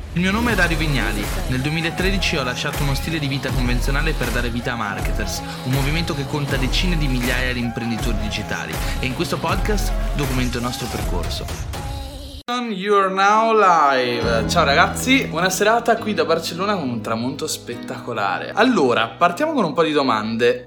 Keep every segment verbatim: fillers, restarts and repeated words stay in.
Il mio nome è Dario Vignali. Nel duemilatredici ho lasciato uno stile di vita convenzionale per dare vita a Marketers, un movimento che conta decine di migliaia di imprenditori digitali, e in questo podcast documento il nostro percorso. You're now live. Ciao ragazzi, buona serata qui da Barcellona con un tramonto spettacolare. Allora, partiamo con un po' di domande.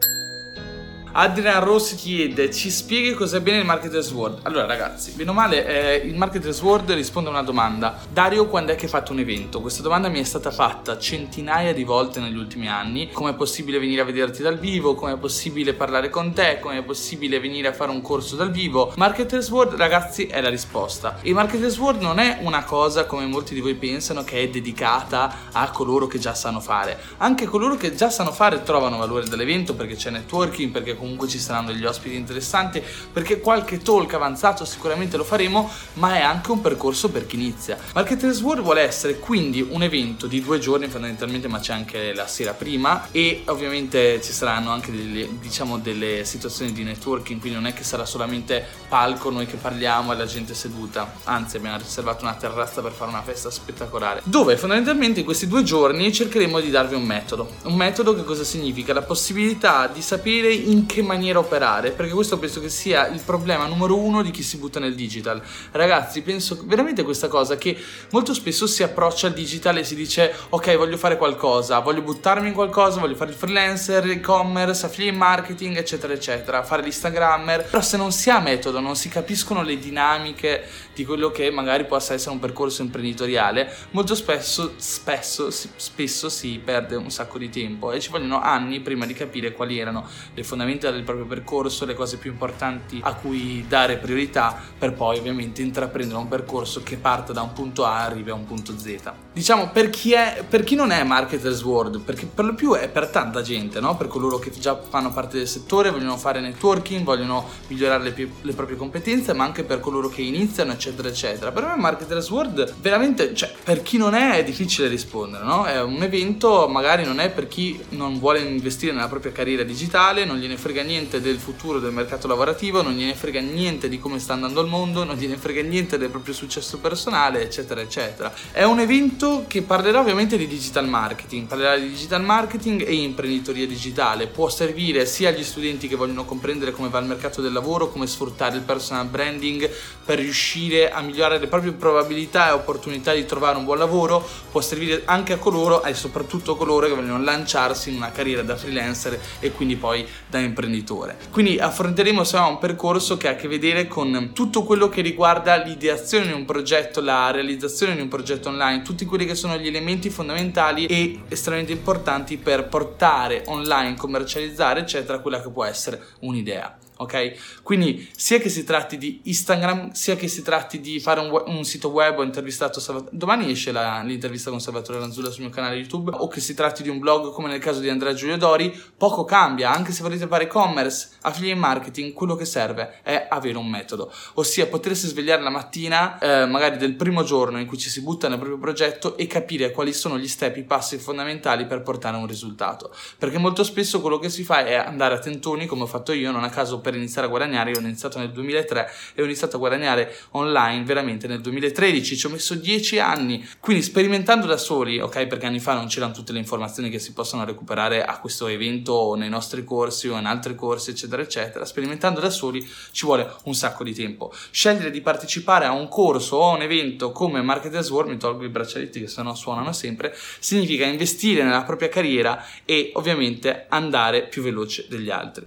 Adrian Rossi chiede: ci spieghi cosa avviene il Marketers World? Allora ragazzi, bene o male, eh, il Marketers World risponde a una domanda. Dario, quando è che hai fatto un evento? Questa domanda mi è stata fatta centinaia di volte negli ultimi anni. Com'è possibile venire a vederti dal vivo? Com'è possibile parlare con te? Com'è possibile venire a fare un corso dal vivo? Marketers World, ragazzi, è la risposta. E Marketers World non è una cosa, come molti di voi pensano, che è dedicata a coloro che già sanno fare. Anche coloro che già sanno fare trovano valore dall'evento, perché c'è networking, perché comunque ci saranno degli ospiti interessanti, perché qualche talk avanzato sicuramente lo faremo, ma è anche un percorso per chi inizia. Marketers World vuole essere quindi un evento di due giorni fondamentalmente, ma c'è anche la sera prima, e ovviamente ci saranno anche delle, diciamo, delle situazioni di networking, quindi non è che sarà solamente palco, noi che parliamo e la gente seduta, anzi abbiamo riservato una terrazza per fare una festa spettacolare, dove fondamentalmente in questi due giorni cercheremo di darvi un metodo. Un metodo che cosa significa? La possibilità di sapere in che maniera operare, perché questo penso che sia il problema numero uno di chi si butta nel digital. Ragazzi, penso veramente questa cosa, che molto spesso si approccia al digital e si dice: ok, voglio fare qualcosa, voglio buttarmi in qualcosa, voglio fare il freelancer, e-commerce, affiliate marketing, eccetera eccetera, fare l'Instagrammer, però se non si ha metodo, non si capiscono le dinamiche di quello che magari possa essere un percorso imprenditoriale, molto spesso spesso spesso si perde un sacco di tempo e ci vogliono anni prima di capire quali erano le fondamenta del proprio percorso, le cose più importanti a cui dare priorità, per poi ovviamente intraprendere un percorso che parta da un punto A e arrivi a un punto Z. Diciamo, per chi è, per chi non è Marketers World, perché per lo più è per tanta gente, no? Per coloro che già fanno parte del settore, vogliono fare networking, vogliono migliorare le, le proprie competenze, ma anche per coloro che iniziano, eccetera eccetera. Per me Marketers World veramente, cioè, per chi non è è difficile rispondere, no? È un evento, magari non è per chi non vuole investire nella propria carriera digitale, non gliene frega niente del futuro del mercato lavorativo, non gliene frega niente di come sta andando il mondo, non gliene frega niente del proprio successo personale, eccetera eccetera. È un evento che parlerà ovviamente di digital marketing, parlerà di digital marketing e imprenditoria digitale. Può servire sia agli studenti che vogliono comprendere come va il mercato del lavoro, come sfruttare il personal branding per riuscire a migliorare le proprie probabilità e opportunità di trovare un buon lavoro, può servire anche a coloro e soprattutto a coloro che vogliono lanciarsi in una carriera da freelancer e quindi poi da imprenditore. Quindi affronteremo insomma un percorso che ha a che vedere con tutto quello che riguarda l'ideazione di un progetto, la realizzazione di un progetto online, tutti quelli che sono gli elementi fondamentali e estremamente importanti per portare online, commercializzare eccetera quella che può essere un'idea. Ok? Quindi sia che si tratti di Instagram, sia che si tratti di fare un, web, un sito web, ho intervistato Salvatore, domani esce la, l'intervista con Salvatore Lanzulla sul mio canale YouTube, o che si tratti di un blog come nel caso di Andrea Giulio Dori, poco cambia. Anche se volete fare e-commerce, affiliate marketing, quello che serve è avere un metodo, ossia potersi svegliare la mattina eh, magari del primo giorno in cui ci si butta nel proprio progetto e capire quali sono gli step, i passi fondamentali per portare a un risultato, perché molto spesso quello che si fa è andare a tentoni, come ho fatto io. Non a caso per iniziare a guadagnare, io ho iniziato nel duemilatré e ho iniziato a guadagnare online veramente nel duemilatredici, ci ho messo dieci anni, quindi sperimentando da soli, ok, perché anni fa non c'erano tutte le informazioni che si possono recuperare a questo evento o nei nostri corsi o in altri corsi eccetera eccetera. Sperimentando da soli ci vuole un sacco di tempo. Scegliere di partecipare a un corso o a un evento come Marketers World, mi tolgo i braccialetti che sennò suonano sempre, significa investire nella propria carriera e ovviamente andare più veloce degli altri.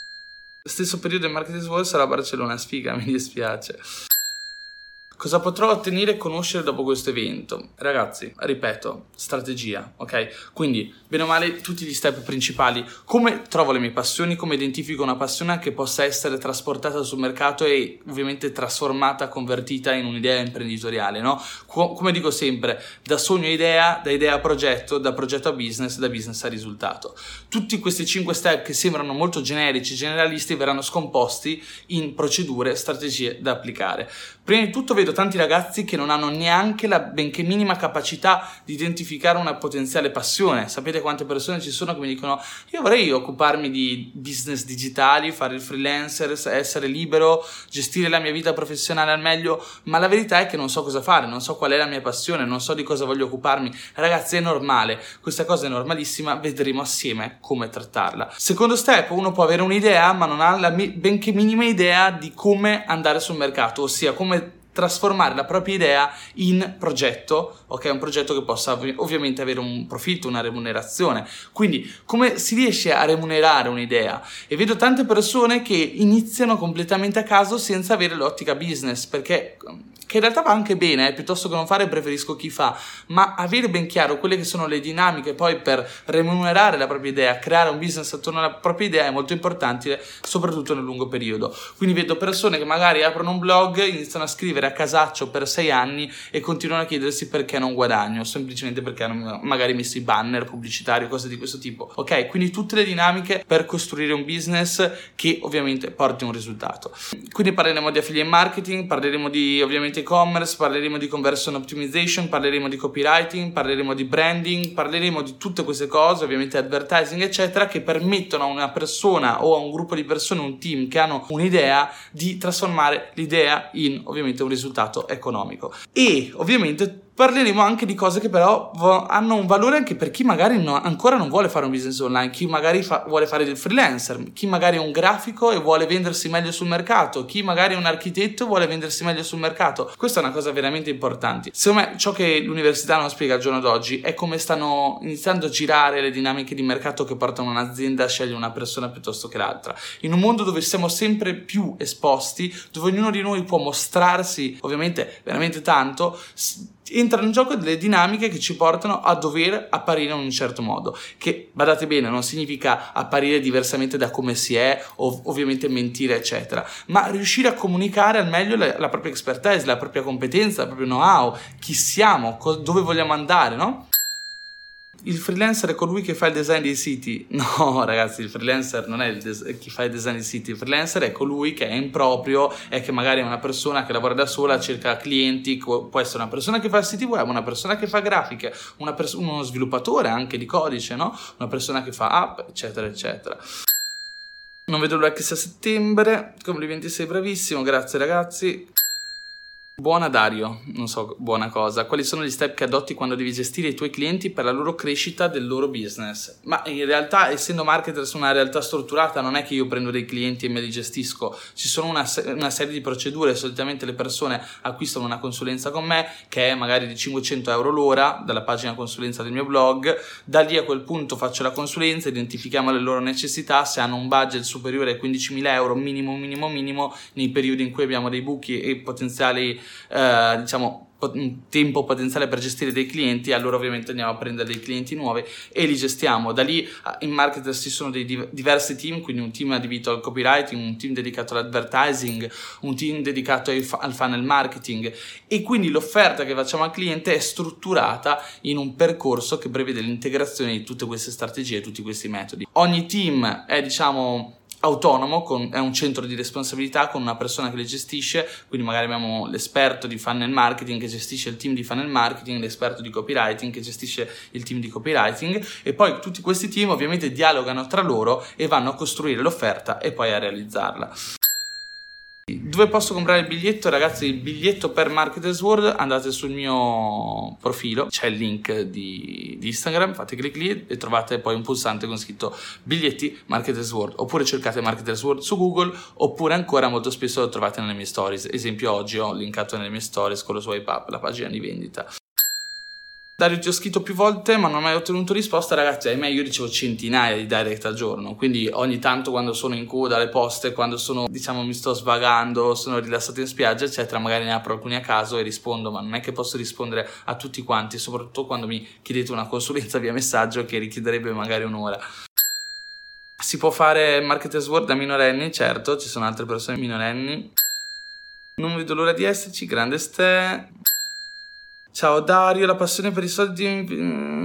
Stesso periodo in Marketers World sarà a Barcellona, sfiga, mi dispiace. Cosa potrò ottenere e conoscere dopo questo evento? Ragazzi, ripeto, strategia, ok? Quindi, bene o male, tutti gli step principali. Come trovo le mie passioni, come identifico una passione che possa essere trasportata sul mercato e ovviamente trasformata, convertita in un'idea imprenditoriale, no? Co- come dico sempre, da sogno a idea, da idea a progetto, da progetto a business, da business a risultato. Tutti questi cinque step che sembrano molto generici, generalisti, verranno scomposti in procedure, strategie da applicare. Prima di tutto vedo vedo tanti ragazzi che non hanno neanche la benché minima capacità di identificare una potenziale passione. Sapete quante persone ci sono che mi dicono: io vorrei occuparmi di business digitali, fare il freelancer, essere libero, gestire la mia vita professionale al meglio, ma la verità è che non so cosa fare, non so qual è la mia passione, non so di cosa voglio occuparmi. Ragazzi, è normale, questa cosa è normalissima, vedremo assieme come trattarla. Secondo step, uno può avere un'idea ma non ha la benché minima idea di come andare sul mercato, ossia come trasformare la propria idea in progetto, ok? Un progetto che possa ov- ovviamente avere un profitto, una remunerazione. Quindi come si riesce a remunerare un'idea? E vedo tante persone che iniziano completamente a caso senza avere l'ottica business, perché che in realtà va anche bene, eh, piuttosto che non fare preferisco chi fa, ma avere ben chiaro quelle che sono le dinamiche poi per remunerare la propria idea, creare un business attorno alla propria idea è molto importante, soprattutto nel lungo periodo. Quindi vedo persone che magari aprono un blog, iniziano a scrivere a casaccio per sei anni e continuano a chiedersi perché non guadagno, semplicemente perché hanno magari messo i banner pubblicitari o cose di questo tipo, ok? Quindi tutte le dinamiche per costruire un business che ovviamente porti un risultato. Quindi parleremo di affiliate marketing, parleremo di ovviamente e-commerce, parleremo di conversion optimization, parleremo di copywriting, parleremo di branding, parleremo di tutte queste cose, ovviamente advertising eccetera, che permettono a una persona o a un gruppo di persone, un team che hanno un'idea, di trasformare l'idea in ovviamente un risultato economico. E ovviamente parleremo anche di cose che però hanno un valore anche per chi magari no, ancora non vuole fare un business online, chi magari fa, vuole fare del freelancer, chi magari è un grafico e vuole vendersi meglio sul mercato, chi magari è un architetto e vuole vendersi meglio sul mercato. Questa è una cosa veramente importante. Secondo me ciò che l'università non spiega al giorno d'oggi è come stanno iniziando a girare le dinamiche di mercato che portano un'azienda a scegliere una persona piuttosto che l'altra. In un mondo dove siamo sempre più esposti, dove ognuno di noi può mostrarsi ovviamente veramente tanto, entrano in gioco delle dinamiche che ci portano a dover apparire in un certo modo, che, badate bene, non significa apparire diversamente da come si è o ovviamente mentire eccetera, ma riuscire a comunicare al meglio la, la propria expertise, la propria competenza, il proprio know-how, chi siamo, co- dove vogliamo andare, no? Il freelancer è colui che fa il design dei siti. No ragazzi, il freelancer non è il des- chi fa il design dei siti, il freelancer è colui che è in proprio e che magari è una persona che lavora da sola, cerca clienti, può essere una persona che fa siti web, una persona che fa grafiche, una pers- uno sviluppatore anche di codice, no? Una persona che fa app, eccetera eccetera. Non vedo l'ora che sia settembre, complimenti, sei bravissimo, grazie ragazzi. Buona Dario, non so, buona cosa. Quali sono gli step che adotti quando devi gestire i tuoi clienti per la loro crescita del loro business? Ma in realtà, essendo marketer su una realtà strutturata, non è che io prendo dei clienti e me li gestisco. Ci sono una, una serie di procedure. Solitamente le persone acquistano una consulenza con me, che è magari di cinquecento euro l'ora, dalla pagina consulenza del mio blog. Da lì a quel punto faccio la consulenza, identifichiamo le loro necessità, se hanno un budget superiore ai quindicimila euro, minimo, minimo, minimo, nei periodi in cui abbiamo dei buchi e potenziali Uh, diciamo un tempo potenziale per gestire dei clienti, allora ovviamente andiamo a prendere dei clienti nuovi e li gestiamo. Da lì in marketer ci sono dei div- diversi team, quindi un team adibito al copywriting, un team dedicato all'advertising, un team dedicato ai fa- al funnel marketing, e quindi l'offerta che facciamo al cliente è strutturata in un percorso che prevede l'integrazione di tutte queste strategie, tutti questi metodi. Ogni team è diciamo autonomo, con, è un centro di responsabilità con una persona che le gestisce, quindi magari abbiamo l'esperto di funnel marketing che gestisce il team di funnel marketing, l'esperto di copywriting che gestisce il team di copywriting, e poi tutti questi team ovviamente dialogano tra loro e vanno a costruire l'offerta e poi a realizzarla. Dove posso comprare il biglietto? Ragazzi, il biglietto per Marketers World, andate sul mio profilo, c'è il link di, di Instagram, fate clic lì e trovate poi un pulsante con scritto biglietti Marketers World, oppure cercate Marketers World su Google, oppure ancora molto spesso lo trovate nelle mie stories. Esempio, oggi ho linkato nelle mie stories con lo swipe up la pagina di vendita. Dario, ti ho scritto più volte ma non ho mai ottenuto risposta. Ragazzi, ahimè, io ricevo centinaia di direct al giorno, quindi ogni tanto quando sono in coda alle poste, quando sono, diciamo, mi sto svagando, sono rilassato in spiaggia eccetera, magari ne apro alcuni a caso e rispondo, ma non è che posso rispondere a tutti quanti, soprattutto quando mi chiedete una consulenza via messaggio che richiederebbe magari un'ora. Si può fare Marketers World da minorenni? Certo, ci sono altre persone minorenni. Non vedo l'ora di esserci, grande ste. Ciao Dario, la passione per i soldi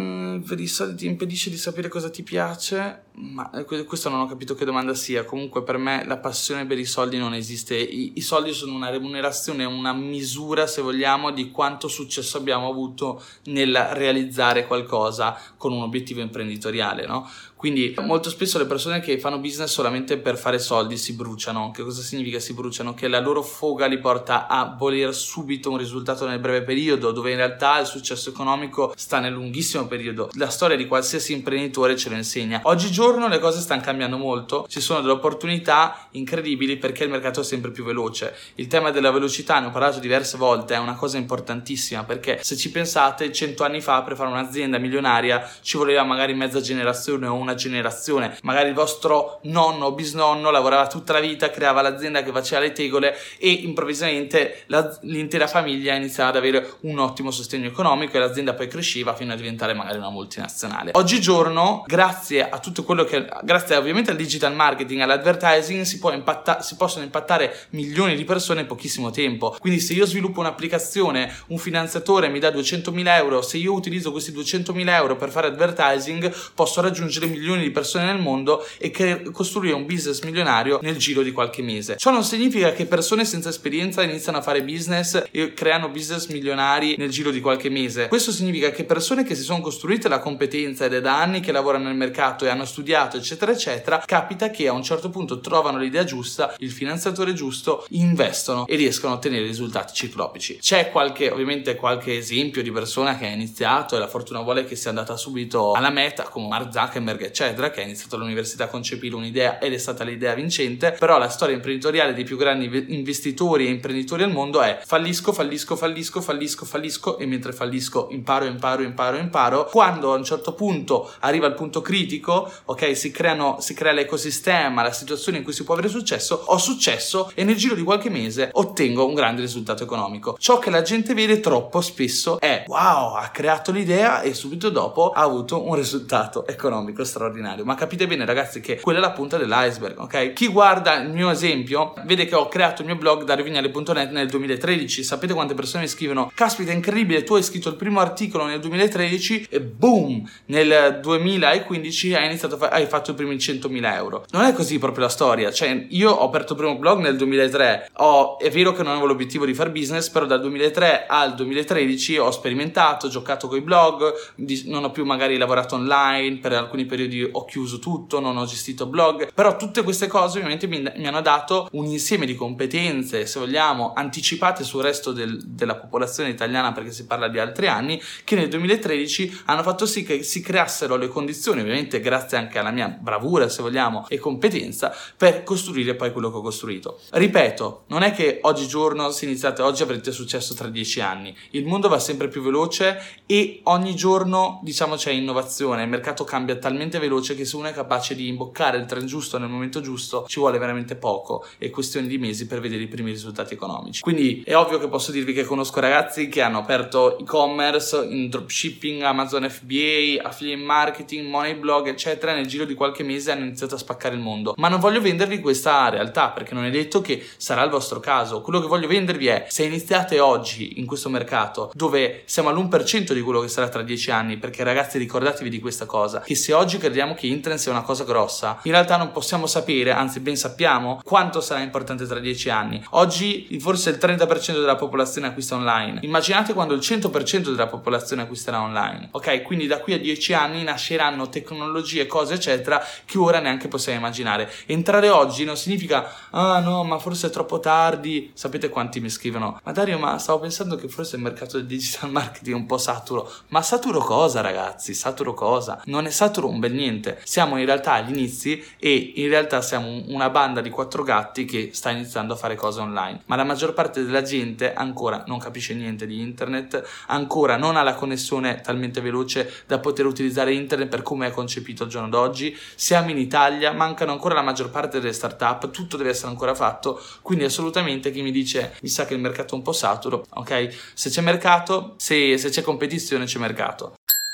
per i soldi ti impedisce di sapere cosa ti piace? Ma questo non ho capito che domanda sia. Comunque per me la passione per i soldi non esiste. I, i soldi sono una remunerazione, una misura, se vogliamo, di quanto successo abbiamo avuto nel realizzare qualcosa con un obiettivo imprenditoriale, no? Quindi molto spesso le persone che fanno business solamente per fare soldi si bruciano. Che cosa significa si bruciano? Che la loro foga li porta a voler subito un risultato nel breve periodo, dove in realtà il successo economico sta nel lunghissimo periodo. La storia di qualsiasi imprenditore ce lo insegna. Oggigiorno le cose stanno cambiando molto, ci sono delle opportunità incredibili perché il mercato è sempre più veloce. Il tema della velocità, ne ho parlato diverse volte, è una cosa importantissima, perché se ci pensate, cento anni fa per fare un'azienda milionaria ci voleva magari mezza generazione o una generazione. Magari il vostro nonno o bisnonno lavorava tutta la vita, creava l'azienda che faceva le tegole e improvvisamente la, l'intera famiglia iniziava ad avere un ottimo sostegno economico e l'azienda poi cresceva fino a diventare magari una multinazionale. Oggigiorno, grazie a tutto quello che, grazie ovviamente al digital marketing, all'advertising, si, può impatta, si possono impattare milioni di persone in pochissimo tempo. Quindi se io sviluppo un'applicazione, un finanziatore mi dà duecentomila euro, se io utilizzo questi duecentomila euro per fare advertising, posso raggiungere milioni di persone nel mondo e cre- costruire un business milionario nel giro di qualche mese. Ciò non significa che persone senza esperienza iniziano a fare business e creano business milionari nel giro di qualche mese. Questo significa che persone che si sono costruite la competenza ed è da anni che lavorano nel mercato e hanno studiato eccetera eccetera, capita che a un certo punto trovano l'idea giusta, il finanziatore giusto, investono e riescono a ottenere risultati ciclopici. C'è qualche, ovviamente qualche esempio di persona che ha iniziato e la fortuna vuole che sia andata subito alla meta, come Mark Zuckerberg eccetera, che ha iniziato all'università a concepire un'idea ed è stata l'idea vincente. Però la storia imprenditoriale dei più grandi investitori e imprenditori al mondo è fallisco, fallisco, fallisco, fallisco, fallisco e mentre fallisco imparo, imparo, imparo, imparo. Quando a un certo punto arriva il punto critico, ok, si creano, si crea l'ecosistema, la situazione in cui si può avere successo, ho successo e nel giro di qualche mese ottengo un grande risultato economico. Ciò che la gente vede troppo spesso è wow, ha creato l'idea e subito dopo ha avuto un risultato economico straordinario. Ma capite bene ragazzi che quella è la punta dell'iceberg, ok? Chi guarda il mio esempio vede che ho creato il mio blog darivignale punto net nel duemilatredici. Sapete quante persone mi scrivono caspita è incredibile, tu hai scritto il primo articolo nel duemilatredici e boom, nel duemilaquindici hai iniziato a fa- hai fatto i primi centomila euro. Non è così proprio la storia. Cioè io ho aperto il primo blog nel duemilatré, ho, è vero che non avevo l'obiettivo di far business, però dal duemilatré al duemilatredici ho sperimentato, ho giocato con i blog, di, non ho più magari lavorato online, per alcuni periodi ho chiuso tutto, non ho gestito blog, però tutte queste cose ovviamente mi, mi hanno dato un insieme di competenze, se vogliamo, anticipate sul resto del, della popolazione italiana, perché si parla di altri anni, che nel duemilatredici hanno fatto sì che si creassero le condizioni, ovviamente grazie anche alla mia bravura, se vogliamo, e competenza, per costruire poi quello che ho costruito. Ripeto, non è che oggigiorno, se iniziate oggi, avrete successo tra dieci anni. Il mondo va sempre più veloce e ogni giorno, diciamo, c'è innovazione, il mercato cambia talmente veloce che se uno è capace di imboccare il treno giusto nel momento giusto ci vuole veramente poco, è questione di mesi per vedere i primi risultati economici. Quindi è ovvio che posso dirvi che conosco ragazzi che hanno aperto e-commerce, in dropshipping, Amazon F B A, affiliate marketing, money blog eccetera, nel giro di qualche mese hanno iniziato a spaccare il mondo. Ma non voglio vendervi questa realtà perché non è detto che sarà il vostro caso. Quello che voglio vendervi è, se iniziate oggi in questo mercato dove siamo all'uno per cento di quello che sarà tra dieci anni, perché ragazzi ricordatevi di questa cosa, che se oggi crediamo che internet sia una cosa grossa, in realtà non possiamo sapere, anzi ben sappiamo, quanto sarà importante tra dieci anni. Oggi forse il trenta per cento della popolazione acquista online. Immaginate quando il cento per cento della popolazione acquisterà online. Ok, quindi da qui a dieci anni nasceranno tecnologie, cose eccetera che ora neanche possiamo immaginare. Entrare oggi non significa ah no, ma forse è troppo tardi. Sapete quanti mi scrivono? Ma Dario, ma stavo pensando che forse il mercato del digital marketing è un po' saturo. Ma saturo cosa ragazzi? Saturo cosa? Non è saturo un bel niente. Siamo in realtà agli inizi e in realtà siamo una banda di quattro gatti che sta iniziando a fare cose online. Ma la maggior parte della gente ancora non capisce niente di internet, ancora non ha la connessione talmente veloce da poter utilizzare internet per come è concepito al giorno d'oggi. Siamo in Italia, mancano ancora la maggior parte delle startup, tutto deve essere ancora fatto, quindi assolutamente chi mi dice mi sa che il mercato è un po' saturo, ok? Se c'è mercato, se, se c'è competizione c'è mercato.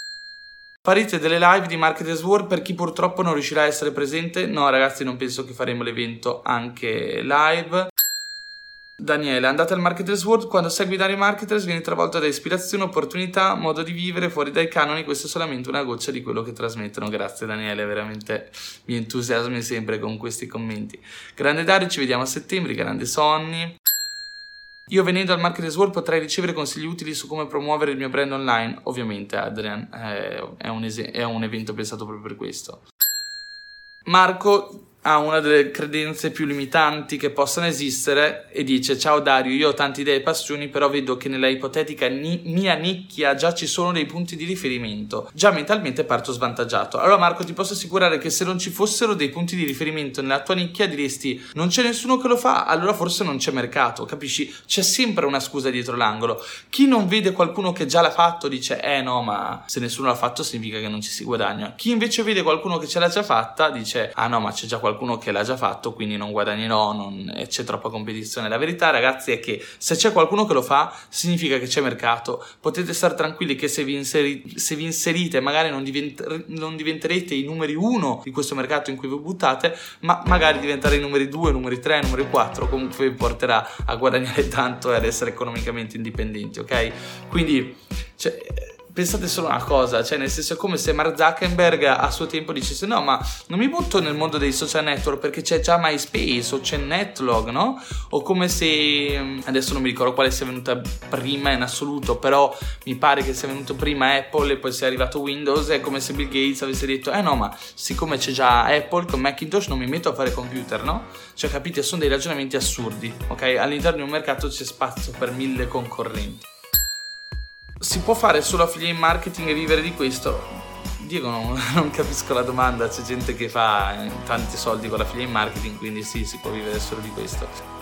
Farete delle live di Marketers World per chi purtroppo non riuscirà a essere presente? No ragazzi, non penso che faremo l'evento anche live. Daniele, andate al Marketers World, quando segui Dario Marketers vieni travolto da ispirazione, opportunità, modo di vivere fuori dai canoni, questo è solamente una goccia di quello che trasmettono. Grazie Daniele, veramente mi entusiasmi sempre con questi commenti. Grande Dario, ci vediamo a settembre, grande Sonny. Io venendo al Marketers World potrei ricevere consigli utili su come promuovere il mio brand online. Ovviamente Adrian, è un, es- è un evento pensato proprio per questo. Marco ha una delle credenze più limitanti che possano esistere e dice: ciao Dario, io ho tante idee e passioni, però vedo che nella ipotetica ni- mia nicchia già ci sono dei punti di riferimento, già mentalmente parto svantaggiato. Allora Marco, ti posso assicurare che se non ci fossero dei punti di riferimento nella tua nicchia diresti: non c'è nessuno che lo fa, allora forse non c'è mercato, capisci? C'è sempre una scusa dietro l'angolo. Chi non vede qualcuno che già l'ha fatto dice: eh no, ma se nessuno l'ha fatto significa che non ci si guadagna. Chi invece vede qualcuno che ce l'ha già fatta dice: ah no, ma c'è già qualcuno qualcuno che l'ha già fatto, quindi non guadagnerò, non, c'è troppa competizione. La verità, ragazzi, è che se c'è qualcuno che lo fa, significa che c'è mercato. Potete stare tranquilli che se vi, inseri, se vi inserite, magari non, divent, non diventerete i numeri uno di questo mercato in cui vi buttate, ma magari diventare i numeri due, numeri tre, numeri quattro, comunque vi porterà a guadagnare tanto e ad essere economicamente indipendenti, ok? Quindi, cioè, pensate solo una cosa, cioè nel senso è come se Mark Zuckerberg a suo tempo dicesse: no, ma non mi butto nel mondo dei social network perché c'è già MySpace o c'è Netlog, no? O come se, adesso non mi ricordo quale sia venuta prima in assoluto, però mi pare che sia venuto prima Apple e poi sia arrivato Windows. È come se Bill Gates avesse detto: eh no, ma siccome c'è già Apple con Macintosh non mi metto a fare computer, no? Cioè, capite, sono dei ragionamenti assurdi, ok? All'interno di un mercato c'è spazio per mille concorrenti. Si può fare solo affiliate marketing e vivere di questo? Diego, non, non capisco la domanda. C'è gente che fa tanti soldi con l'affiliate marketing, quindi sì, si può vivere solo di questo.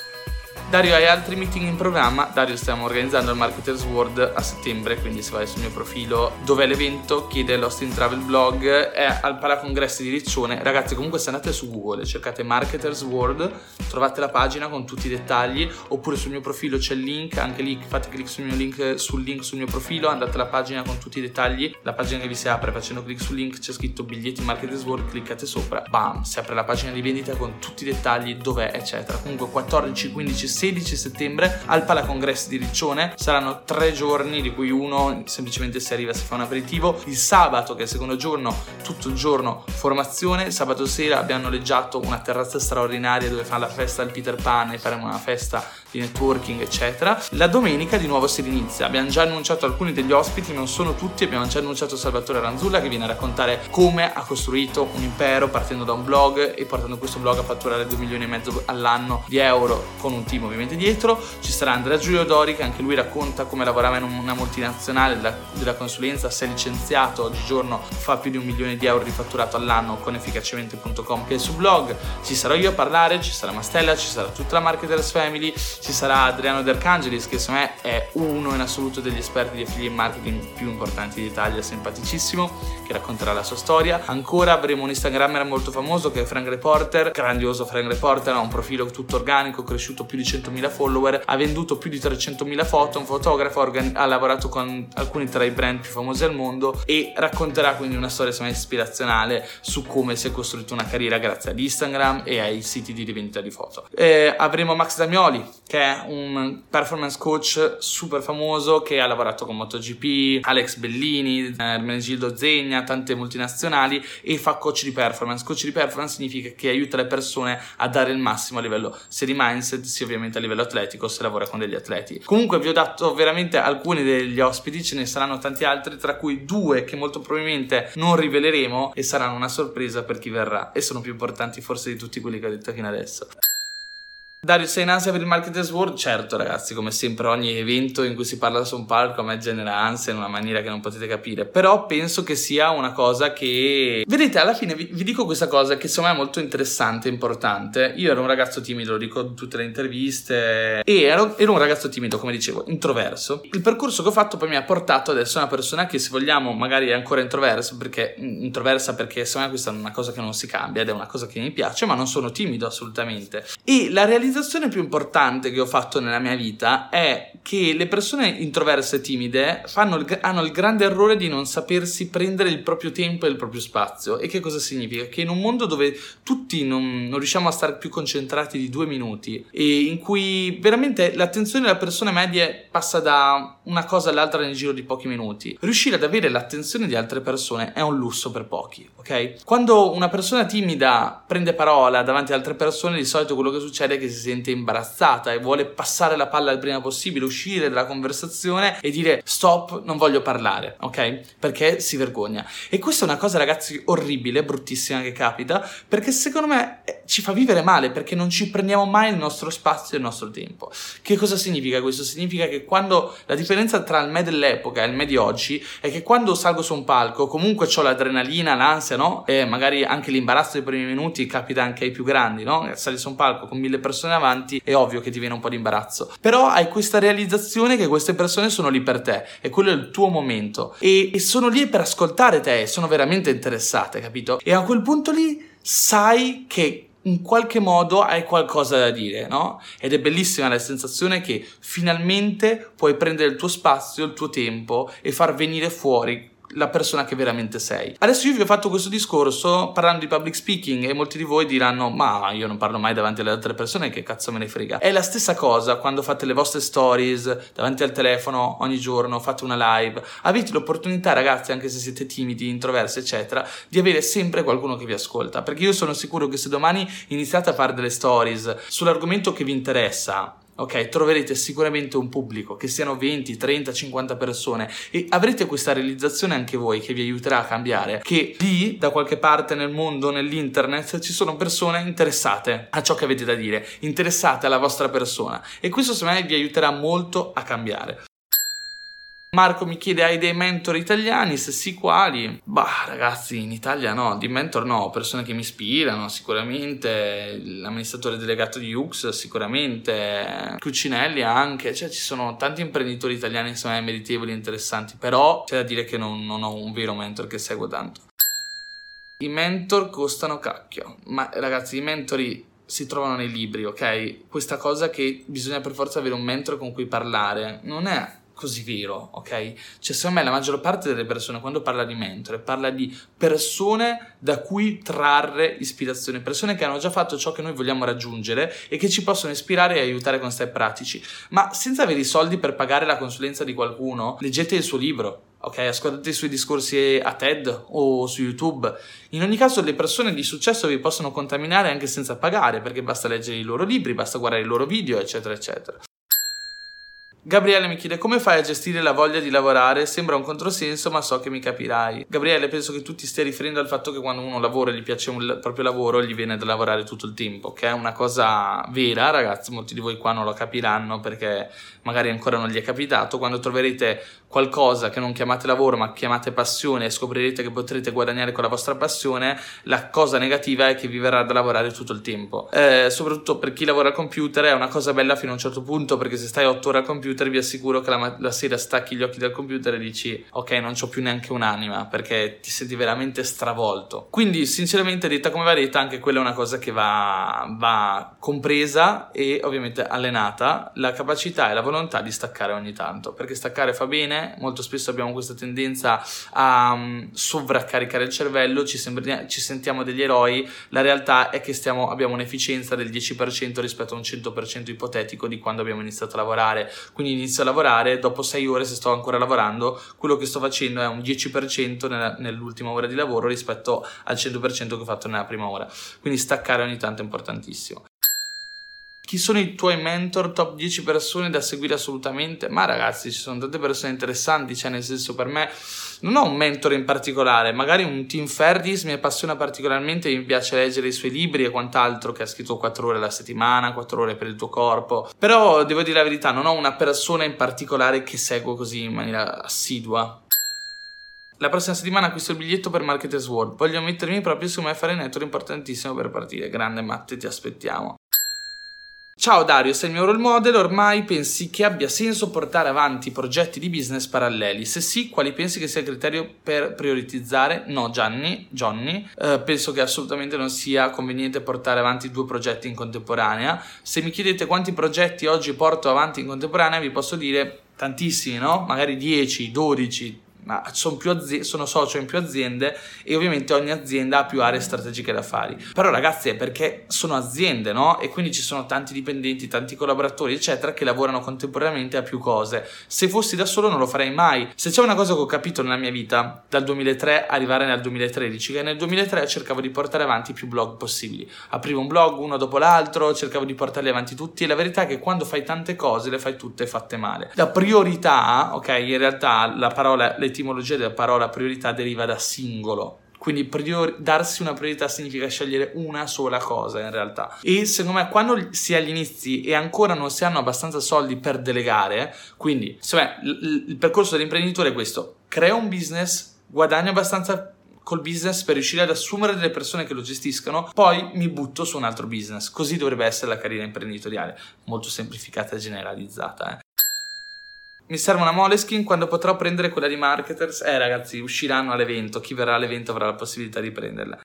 Dario, hai altri meeting in programma? Dario, stiamo organizzando il Marketers World a settembre, quindi se vai sul mio profilo dov'è l'evento, chiede Lost in Travel Blog, è al Palacongressi di Riccione. Ragazzi, comunque se andate su Google, cercate Marketers World, trovate la pagina con tutti i dettagli, oppure sul mio profilo c'è il link, anche lì fate clic sul mio link, sul link sul mio profilo, andate alla pagina con tutti i dettagli, la pagina che vi si apre facendo clic sul link c'è scritto biglietti Marketers World, cliccate sopra, bam, si apre la pagina di vendita con tutti i dettagli, dov'è, eccetera. Comunque quattordici, quindici, sedici settembre al Palacongressi di Riccione, saranno tre giorni di cui uno semplicemente si arriva, si fa un aperitivo. Il sabato, che è il secondo giorno, tutto il giorno formazione. Sabato sera abbiamo noleggiato una terrazza straordinaria dove fa la festa al Peter Pan e faremo una festa di networking, eccetera. La domenica di nuovo si inizia, abbiamo già annunciato alcuni degli ospiti, non sono tutti, abbiamo già annunciato Salvatore Ranzulla che viene a raccontare come ha costruito un impero partendo da un blog e portando questo blog a fatturare due milioni e mezzo all'anno di euro con un team ovviamente dietro. Ci sarà Andrea Giulio Dori che anche lui racconta come lavorava in una multinazionale della, della consulenza, si è licenziato, oggigiorno fa più di un milione di euro di fatturato all'anno con efficacemente punto com, che è il suo blog. Ci sarò io a parlare, ci sarà Mastella, ci sarà tutta la Marketers Family, ci sarà Adriano De Arcangelis che secondo me è uno in assoluto degli esperti di affiliate marketing più importanti d'Italia, simpaticissimo, che racconterà la sua storia. Ancora avremo un Instagrammer molto famoso che è Frank Reporter, grandioso Frank Reporter, ha un profilo tutto organico, cresciuto più di centomila follower, ha venduto più di trecentomila foto, un fotografo, organi- ha lavorato con alcuni tra i brand più famosi al mondo e racconterà quindi una storia secondo me ispirazionale su come si è costruito una carriera grazie ad Instagram e ai siti di rivendita di foto. Eh, avremo Max Damioli che è un performance coach super famoso che ha lavorato con MotoGP, Alex Bellini, Ermenegildo Zegna, tante multinazionali e fa coach di performance. Coach di performance significa che aiuta le persone a dare il massimo a livello sia di mindset sia ovviamente a livello atletico se lavora con degli atleti. Comunque vi ho dato veramente alcuni degli ospiti, ce ne saranno tanti altri, tra cui due che molto probabilmente non riveleremo e saranno una sorpresa per chi verrà e sono più importanti forse di tutti quelli che ho detto fino adesso. Dario, sei in ansia per il Marketers World? Certo ragazzi, come sempre ogni evento in cui si parla su un palco a me genera ansia in una maniera che non potete capire, però penso che sia una cosa che... Vedete, alla fine vi, vi dico questa cosa che secondo me è molto interessante e importante. Io ero un ragazzo timido, lo dico in tutte le interviste, e ero, ero un ragazzo timido, come dicevo, introverso. Il percorso che ho fatto poi mi ha portato ad essere una persona che, se vogliamo, magari è ancora introversa perché, introversa perché secondo me questa è una cosa che non si cambia ed è una cosa che mi piace, ma non sono timido assolutamente. E la realizzazione realizzazione più importante che ho fatto nella mia vita è che le persone introverse e timide fanno il, hanno il grande errore di non sapersi prendere il proprio tempo e il proprio spazio. E che cosa significa? Che in un mondo dove tutti non, non riusciamo a stare più concentrati di due minuti e in cui veramente l'attenzione della persona media passa da una cosa all'altra nel giro di pochi minuti, riuscire ad avere l'attenzione di altre persone è un lusso per pochi, ok? Quando una persona timida prende parola davanti ad altre persone, di solito quello che succede è che si sente imbarazzata e vuole passare la palla il prima possibile, uscire dalla conversazione e dire stop, non voglio parlare, ok? Perché si vergogna. E questa è una cosa, ragazzi, orribile, bruttissima che capita, perché secondo me ci fa vivere male, perché non ci prendiamo mai il nostro spazio e il nostro tempo. Che cosa significa questo? Significa che quando la differenza tra il me dell'epoca e il me di oggi è che quando salgo su un palco comunque ho l'adrenalina, l'ansia, no? E magari anche l'imbarazzo dei primi minuti capita anche ai più grandi, no? Sali su un palco con mille persone avanti, è ovvio che ti viene un po' di imbarazzo, però hai questa realizzazione che queste persone sono lì per te e quello è il tuo momento e, e sono lì per ascoltare te, sono veramente interessate, capito? E a quel punto lì sai che in qualche modo hai qualcosa da dire, no? Ed è bellissima la sensazione che finalmente puoi prendere il tuo spazio, il tuo tempo e far venire fuori la persona che veramente sei. Adesso io vi ho fatto questo discorso parlando di public speaking e molti di voi diranno ma io non parlo mai davanti alle altre persone, che cazzo me ne frega. È la stessa cosa quando fate le vostre stories davanti al telefono ogni giorno, fate una live, avete l'opportunità, ragazzi, anche se siete timidi, introversi eccetera, di avere sempre qualcuno che vi ascolta, perché io sono sicuro che se domani iniziate a fare delle stories sull'argomento che vi interessa, ok, troverete sicuramente un pubblico, che siano venti, trenta, cinquanta persone, e avrete questa realizzazione anche voi che vi aiuterà a cambiare, che lì da qualche parte nel mondo, nell'internet, ci sono persone interessate a ciò che avete da dire, interessate alla vostra persona, e questo secondo me vi aiuterà molto a cambiare. Marco mi chiede: hai dei mentor italiani? Se sì, quali? Bah, ragazzi, in Italia no, di mentor no, persone che mi ispirano sicuramente, l'amministratore delegato di U X sicuramente, Cucinelli anche, cioè ci sono tanti imprenditori italiani secondo me meritevoli e interessanti, però c'è da dire che non, non ho un vero mentor che seguo tanto. I mentor costano cacchio, ma ragazzi, i mentori si trovano nei libri, ok? Questa cosa che bisogna per forza avere un mentore con cui parlare non è così vero, ok? Cioè secondo me la maggior parte delle persone quando parla di mentore parla di persone da cui trarre ispirazione, persone che hanno già fatto ciò che noi vogliamo raggiungere e che ci possono ispirare e aiutare con step pratici, ma senza avere i soldi per pagare la consulenza di qualcuno, leggete il suo libro. Ok, ascoltate i suoi discorsi a TED o su YouTube. In ogni caso le persone di successo vi possono contaminare anche senza pagare, perché basta leggere i loro libri, basta guardare i loro video, eccetera eccetera. Gabriele mi chiede: come fai a gestire la voglia di lavorare? Sembra un controsenso, ma so che mi capirai. Gabriele, penso che tu ti stia riferendo al fatto che quando uno lavora e gli piace un, il proprio lavoro, gli viene da lavorare tutto il tempo, che è una cosa vera, ragazzi. Molti di voi qua non lo capiranno perché magari ancora non gli è capitato. Quando troverete qualcosa che non chiamate lavoro ma chiamate passione e scoprirete che potrete guadagnare con la vostra passione, la cosa negativa è che vi verrà da lavorare tutto il tempo. Eh, soprattutto per chi lavora al computer è una cosa bella fino a un certo punto, perché se stai otto ore al computer vi assicuro che la, la sera stacchi gli occhi dal computer e dici ok, non c'ho più neanche un'anima, perché ti senti veramente stravolto. Quindi sinceramente, detta come va detta, anche quella è una cosa che va, va compresa e ovviamente allenata, la capacità e la volontà di staccare ogni tanto, perché staccare fa bene. Molto spesso abbiamo questa tendenza a um, sovraccaricare il cervello, ci, sembra, ci sentiamo degli eroi. La realtà è che stiamo, abbiamo un'efficienza del dieci per cento rispetto a un cento per cento ipotetico di quando abbiamo iniziato a lavorare. Quindi inizio a lavorare, dopo sei ore, se sto ancora lavorando, quello che sto facendo è un dieci per cento nella, nell'ultima ora di lavoro rispetto al cento per cento che ho fatto nella prima ora. Quindi staccare ogni tanto è importantissimo. Chi sono i tuoi mentor, top dieci persone da seguire assolutamente? Ma ragazzi, ci sono tante persone interessanti, cioè nel senso, per me non ho un mentore in particolare, magari un Tim Ferriss mi appassiona particolarmente, mi piace leggere i suoi libri e quant'altro, che ha scritto quattro ore alla settimana, quattro ore per il tuo corpo, però devo dire la verità, non ho una persona in particolare che seguo così in maniera assidua. La prossima settimana acquisto il biglietto per Marketers World, voglio mettermi proprio su me a fare network, importantissimo per partire. Grande Matte, ti aspettiamo. Ciao Dario, sei il mio role model, ormai pensi che abbia senso portare avanti progetti di business paralleli? Se sì, quali pensi che sia il criterio per prioritizzare? No Gianni, Johnny, eh, penso che assolutamente non sia conveniente portare avanti due progetti in contemporanea. Se mi chiedete quanti progetti oggi porto avanti in contemporanea, vi posso dire tantissimi, no? Magari dieci, dodici, ma sono, più azi- sono socio in più aziende e ovviamente ogni azienda ha più aree strategiche da fare. Però ragazzi è perché sono aziende, no? E quindi ci sono tanti dipendenti, tanti collaboratori eccetera che lavorano contemporaneamente a più cose. Se fossi da solo non lo farei mai. Se c'è una cosa che ho capito nella mia vita dal duemilatré arrivare nel duemilatredici, che nel duemilatré cercavo di portare avanti più blog possibili, aprivo un blog uno dopo l'altro, cercavo di portarli avanti tutti e la verità è che quando fai tante cose le fai tutte fatte male. La priorità, ok, in realtà la parola l'etimologia della parola priorità deriva da singolo, quindi priori- darsi una priorità significa scegliere una sola cosa in realtà. E secondo me quando si è agli inizi e ancora non si hanno abbastanza soldi per delegare, quindi secondo me il, il percorso dell'imprenditore è questo: crea un business, guadagna abbastanza col business per riuscire ad assumere delle persone che lo gestiscano, poi mi butto su un altro business. Così dovrebbe essere la carriera imprenditoriale, molto semplificata e generalizzata, eh. Mi serve una Moleskine quando potrò prendere quella di Marketers? Eh ragazzi, usciranno all'evento, chi verrà all'evento avrà la possibilità di prenderla.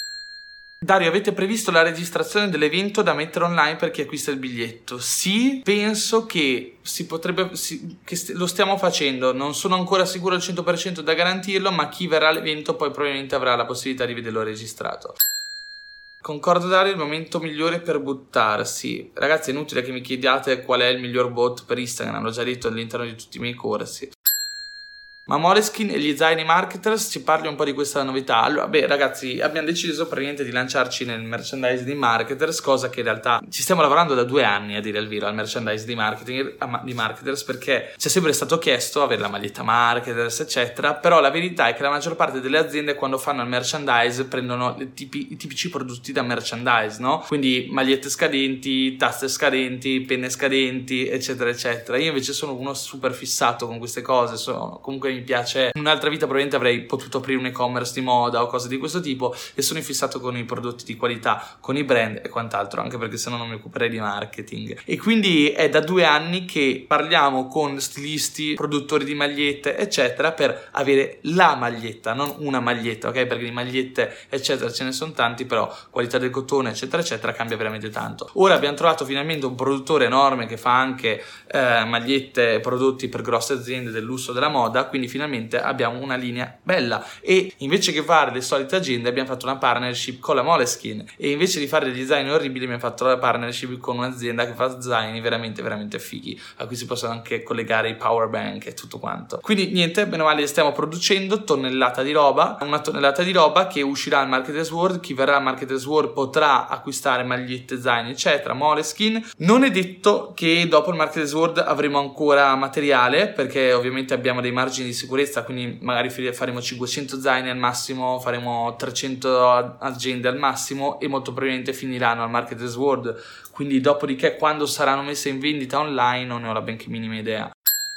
Dario, avete previsto la registrazione dell'evento da mettere online per chi acquista il biglietto? Sì, penso che si potrebbe si, che st- lo stiamo facendo, non sono ancora sicuro al cento per cento da garantirlo, ma chi verrà all'evento poi probabilmente avrà la possibilità di vederlo registrato. Concordo Dario, il momento migliore per buttarsi. Ragazzi, è inutile che mi chiediate qual è il miglior bot per Instagram, l'ho già detto all'interno di tutti i miei corsi. Ma Moleskine e gli zaini Marketers, ci parli un po' di questa novità? Allora, beh ragazzi, abbiamo deciso praticamente di lanciarci nel merchandise di Marketers, cosa che in realtà ci stiamo lavorando da due anni a dire il vero al merchandise di marketing di Marketers, perché ci è sempre stato chiesto avere la maglietta Marketers eccetera, però la verità è che la maggior parte delle aziende quando fanno il merchandise prendono i, tipi, i tipici prodotti da merchandise, no? Quindi magliette scadenti, tasse scadenti, penne scadenti eccetera eccetera. Io invece sono uno super fissato con queste cose, sono comunque mi piace. In un'altra vita probabilmente avrei potuto aprire un e-commerce di moda o cose di questo tipo e sono fissato con i prodotti di qualità, con i brand e quant'altro, anche perché sennò non mi occuperei di marketing. E quindi è da due anni che parliamo con stilisti, produttori di magliette eccetera per avere la maglietta, non una maglietta, ok? Perché di magliette eccetera ce ne sono tanti, però qualità del cotone eccetera eccetera cambia veramente tanto. Ora abbiamo trovato finalmente un produttore enorme che fa anche eh, magliette e prodotti per grosse aziende del lusso della moda, quindi finalmente abbiamo una linea bella e invece che fare le solite aziende abbiamo fatto una partnership con la Moleskine e invece di fare degli design orribili abbiamo fatto la partnership con un'azienda che fa zaini veramente veramente fighi, a cui si possono anche collegare i power bank e tutto quanto. Quindi niente, bene o male stiamo producendo tonnellata di roba, una tonnellata di roba che uscirà al Marketers World. Chi verrà al Marketers World potrà acquistare magliette, zaini eccetera, Moleskine. Non è detto che dopo il Marketers World avremo ancora materiale, perché ovviamente abbiamo dei margini di sicurezza, quindi magari faremo cinquecento zaini al massimo, faremo trecento aziende al massimo e molto probabilmente finiranno al Marketers World, quindi dopodiché quando saranno messe in vendita online non ne ho la benché minima idea.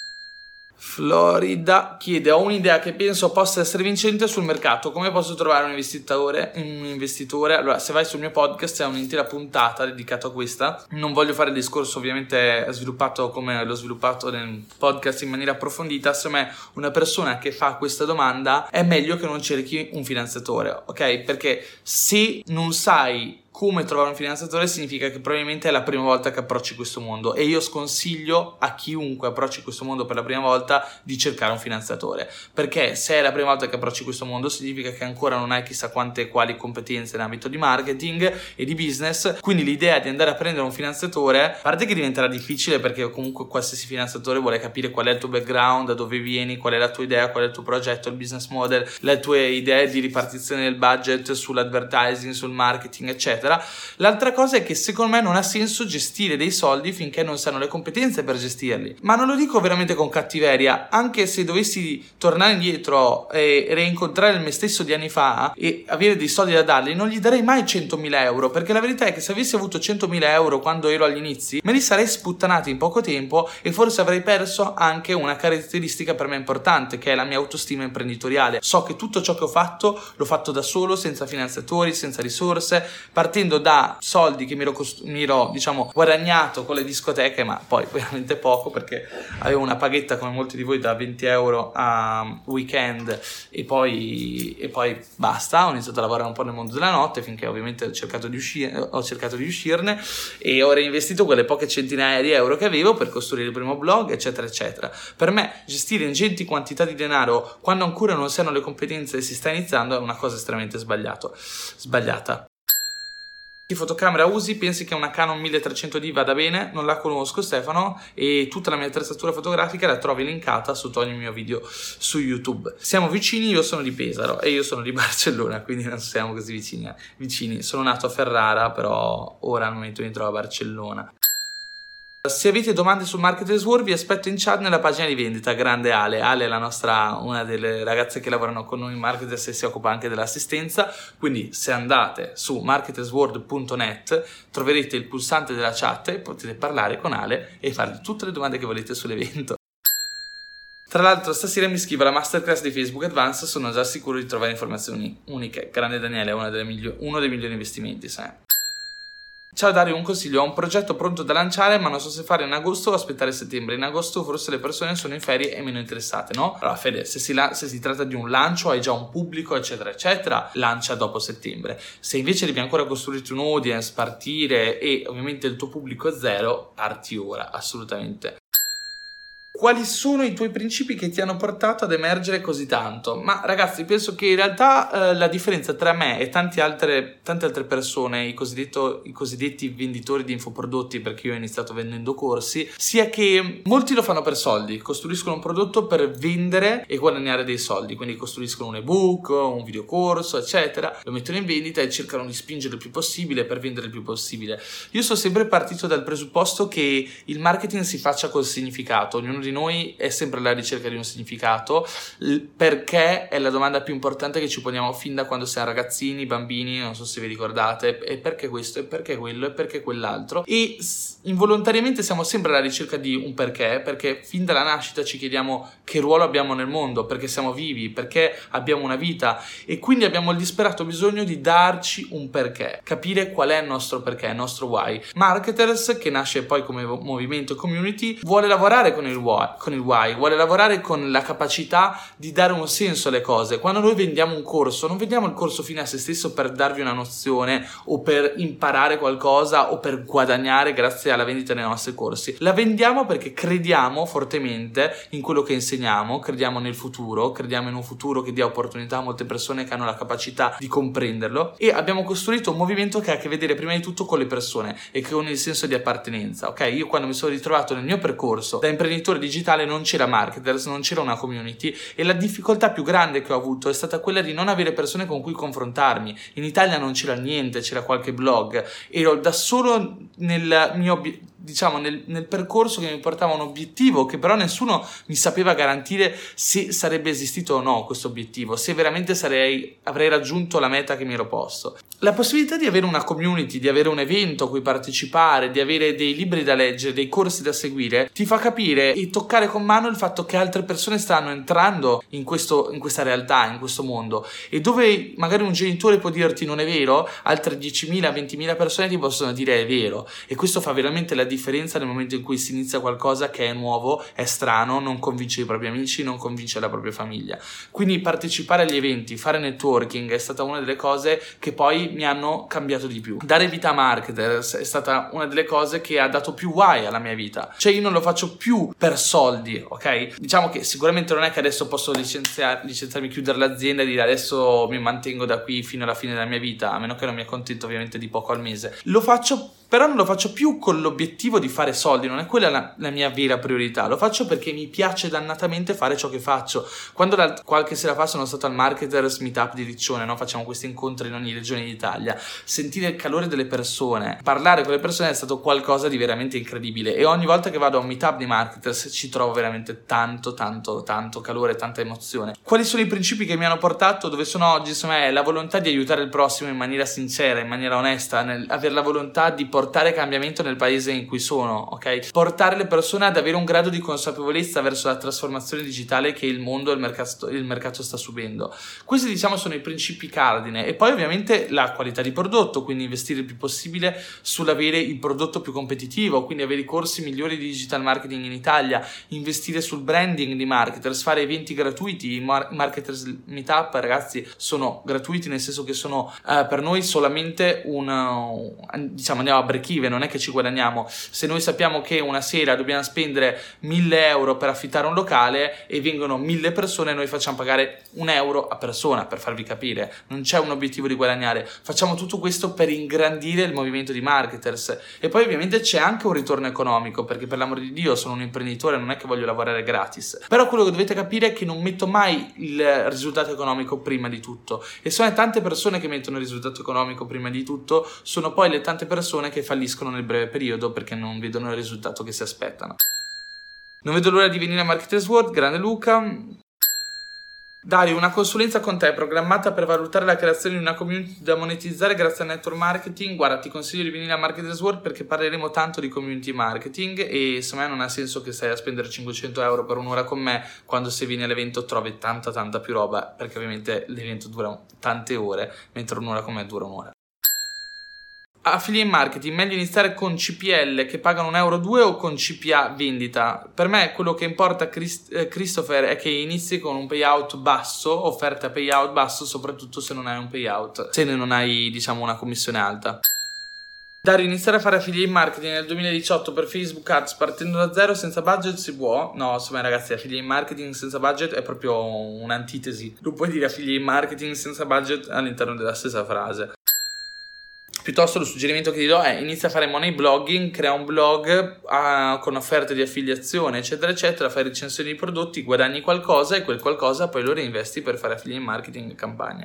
Florida chiede: ho un'idea che penso possa essere vincente sul mercato, come posso trovare un investitore? Un investitore? Allora, se vai sul mio podcast c'è un'intera puntata dedicata a questa. Non voglio fare il discorso ovviamente sviluppato come l'ho sviluppato nel podcast in maniera approfondita. Secondo me una persona che fa questa domanda è meglio che non cerchi un finanziatore, ok? Perché se non sai come trovare un finanziatore significa che probabilmente è la prima volta che approcci questo mondo e io sconsiglio a chiunque approcci questo mondo per la prima volta di cercare un finanziatore, perché se è la prima volta che approcci questo mondo significa che ancora non hai chissà quante e quali competenze in ambito di marketing e di business, quindi l'idea di andare a prendere un finanziatore, a parte che diventerà difficile perché comunque qualsiasi finanziatore vuole capire qual è il tuo background, da dove vieni, qual è la tua idea, qual è il tuo progetto, il business model, le tue idee di ripartizione del budget sull'advertising, sul marketing eccetera. L'altra cosa è che secondo me non ha senso gestire dei soldi finché non si hanno le competenze per gestirli, ma non lo dico veramente con cattiveria. Anche se dovessi tornare indietro e reincontrare me stesso di anni fa e avere dei soldi da dargli, non gli darei mai centomila euro, perché la verità è che se avessi avuto centomila euro quando ero agli inizi me li sarei sputtanati in poco tempo e forse avrei perso anche una caratteristica per me importante, che è la mia autostima imprenditoriale. So che tutto ciò che ho fatto l'ho fatto da solo, senza finanziatori, senza risorse, partendo partendo da soldi che mi ero, cost- mi ero diciamo guadagnato con le discoteche, ma poi veramente poco, perché avevo una paghetta come molti di voi da venti euro a weekend e poi, e poi basta. Ho iniziato a lavorare un po' nel mondo della notte finché ovviamente ho cercato di uscire, ho cercato di uscirne e ho reinvestito quelle poche centinaia di euro che avevo per costruire il primo blog, eccetera eccetera. Per me gestire ingenti quantità di denaro quando ancora non si hanno le competenze e si sta iniziando è una cosa estremamente sbagliato, sbagliata. Che fotocamera usi? Pensi che una Canon mille trecento D vada bene? Non la conosco, Stefano, e tutta la mia attrezzatura fotografica la trovi linkata sotto ogni mio video su YouTube. Siamo vicini, io sono di Pesaro e io sono di Barcellona, quindi non siamo così vicini. vicini. Sono nato a Ferrara, però ora al momento mi trovo a Barcellona. Se avete domande sul Marketers World vi aspetto in chat nella pagina di vendita. Grande Ale, Ale è la nostra, una delle ragazze che lavorano con noi in Marketers e si occupa anche dell'assistenza, quindi se andate su marketers world punto net troverete il pulsante della chat e potete parlare con Ale e fargli tutte le domande che volete sull'evento. Tra l'altro stasera mi iscrivo alla masterclass di Facebook Advance, sono già sicuro di trovare informazioni uniche. Grande Daniele, è una delle migliori, uno dei migliori investimenti, sai. Ciao Dario, un consiglio, ho un progetto pronto da lanciare ma non so se fare in agosto o aspettare settembre. In agosto forse le persone sono in ferie e meno interessate, no? Allora Fede, se si, la- se si tratta di un lancio, hai già un pubblico eccetera eccetera, lancia dopo settembre. Se invece devi ancora costruirti un audience, partire e ovviamente il tuo pubblico è zero, parti ora, assolutamente. Quali sono i tuoi principi che ti hanno portato ad emergere così tanto? Ma ragazzi, penso che in realtà eh, la differenza tra me e tante altre, tante altre persone, i, cosiddetto, i cosiddetti venditori di infoprodotti, perché io ho iniziato vendendo corsi, sia che molti lo fanno per soldi, costruiscono un prodotto per vendere e guadagnare dei soldi, quindi costruiscono un ebook, un videocorso, eccetera, lo mettono in vendita e cercano di spingere il più possibile per vendere il più possibile. Io sono sempre partito dal presupposto che il marketing si faccia col significato, ognuno di noi è sempre alla ricerca di un significato. Perché è la domanda più importante che ci poniamo fin da quando siamo ragazzini, bambini, non so se vi ricordate, e perché questo, e perché quello, e perché quell'altro, e involontariamente siamo sempre alla ricerca di un perché, perché fin dalla nascita ci chiediamo che ruolo abbiamo nel mondo, perché siamo vivi, perché abbiamo una vita, e quindi abbiamo il disperato bisogno di darci un perché, capire qual è il nostro perché, il nostro why. Marketers, che nasce poi come movimento community, vuole lavorare con il why, con il why, vuole lavorare con la capacità di dare un senso alle cose. Quando noi vendiamo un corso, non vendiamo il corso fine a se stesso per darvi una nozione o per imparare qualcosa o per guadagnare grazie alla vendita dei nostri corsi. La vendiamo perché crediamo fortemente in quello che insegniamo, crediamo nel futuro, crediamo in un futuro che dia opportunità a molte persone che hanno la capacità di comprenderlo, e abbiamo costruito un movimento che ha a che vedere prima di tutto con le persone e con il senso di appartenenza. Ok, io quando mi sono ritrovato nel mio percorso da imprenditore digitale non c'era marketers, non c'era una community, e la difficoltà più grande che ho avuto è stata quella di non avere persone con cui confrontarmi. In Italia non c'era niente, c'era qualche blog, ero da solo nel mio diciamo nel, nel percorso che mi portava a un obiettivo che però nessuno mi sapeva garantire se sarebbe esistito o no questo obiettivo, se veramente sarei, avrei raggiunto la meta che mi ero posto. La possibilità di avere una community, di avere un evento a cui partecipare, di avere dei libri da leggere, dei corsi da seguire, ti fa capire e toccare con mano il fatto che altre persone stanno entrando in, questo, in questa realtà, in questo mondo, e dove magari un genitore può dirti non è vero, altre diecimila, ventimila persone ti possono dire è vero, e questo fa veramente la differenza nel momento in cui si inizia qualcosa che è nuovo, è strano, non convince i propri amici, non convince la propria famiglia. Quindi partecipare agli eventi, fare networking è stata una delle cose che poi mi hanno cambiato di più. Dare vita a marketers è stata una delle cose che ha dato più why alla mia vita. Cioè io non lo faccio più per soldi, ok? Diciamo che sicuramente non è che adesso posso licenziar, licenziarmi, chiudere l'azienda e dire adesso mi mantengo da qui fino alla fine della mia vita, a meno che non mi accontento ovviamente di poco al mese. Lo faccio, però non lo faccio più con l'obiettivo di fare soldi, non è quella la, la mia vera priorità. Lo faccio perché mi piace dannatamente fare ciò che faccio. Quando la, qualche sera fa sono stato al Marketers Meetup di Riccione, no? Facciamo questi incontri in ogni regione d'Italia, sentire il calore delle persone, parlare con le persone è stato qualcosa di veramente incredibile, e ogni volta che vado a un meetup di Marketers ci trovo veramente tanto tanto tanto calore, tanta emozione. Quali sono i principi che mi hanno portato dove sono oggi? Insomma, è la volontà di aiutare il prossimo in maniera sincera, in maniera onesta, nel avere la volontà di portare portare cambiamento nel paese in cui sono, ok? Portare le persone ad avere un grado di consapevolezza verso la trasformazione digitale che il mondo e il mercato, il mercato sta subendo. Questi, diciamo, sono i principi cardine. E poi ovviamente la qualità di prodotto, quindi investire il più possibile sull'avere il prodotto più competitivo, quindi avere i corsi migliori di digital marketing in Italia, investire sul branding di marketers, fare eventi gratuiti. I mar- marketers meetup, ragazzi, sono gratuiti, nel senso che sono eh, per noi solamente un, uh, diciamo, andiamo a break even, non è che ci guadagniamo. Se noi sappiamo che una sera dobbiamo spendere mille euro per affittare un locale e vengono mille persone, noi facciamo pagare un euro a persona, per farvi capire. Non c'è un obiettivo di guadagnare, facciamo tutto questo per ingrandire il movimento di marketers. E poi ovviamente c'è anche un ritorno economico, perché per l'amor di Dio sono un imprenditore, non è che voglio lavorare gratis. Però quello che dovete capire è che non metto mai il risultato economico prima di tutto, e sono tante persone che mettono il risultato economico prima di tutto, sono poi le tante persone che falliscono nel breve periodo perché non vedono il risultato che si aspettano. Non vedo l'ora di venire a Marketers World, grande Luca. Dario, una consulenza con te è programmata per valutare la creazione di una community da monetizzare grazie al network marketing. Guarda, ti consiglio di venire a Marketers World perché parleremo tanto di community marketing e secondo me non ha senso che stai a spendere cinquecento euro per un'ora con me quando se vieni all'evento trovi tanta tanta più roba, perché ovviamente l'evento dura tante ore mentre un'ora con me dura un'ora. Affiliate marketing, meglio iniziare con C P L che pagano un euro due o con C P A vendita? Per me quello che importa, Christ- eh, Christopher, è che inizi con un payout basso, offerta payout basso, soprattutto se non hai un payout, se non hai, diciamo, una commissione alta. Dario, iniziare a fare affiliate marketing nel duemiladiciotto per Facebook Ads partendo da zero senza budget si può? No, insomma ragazzi, affiliate marketing senza budget è proprio un'antitesi. Non puoi dire affiliate marketing senza budget all'interno della stessa frase. Piuttosto il suggerimento che ti do è: inizia a fare money blogging, crea un blog uh, con offerte di affiliazione eccetera eccetera, fai recensioni di prodotti, guadagni qualcosa e quel qualcosa poi lo reinvesti per fare affiliate marketing e campagna.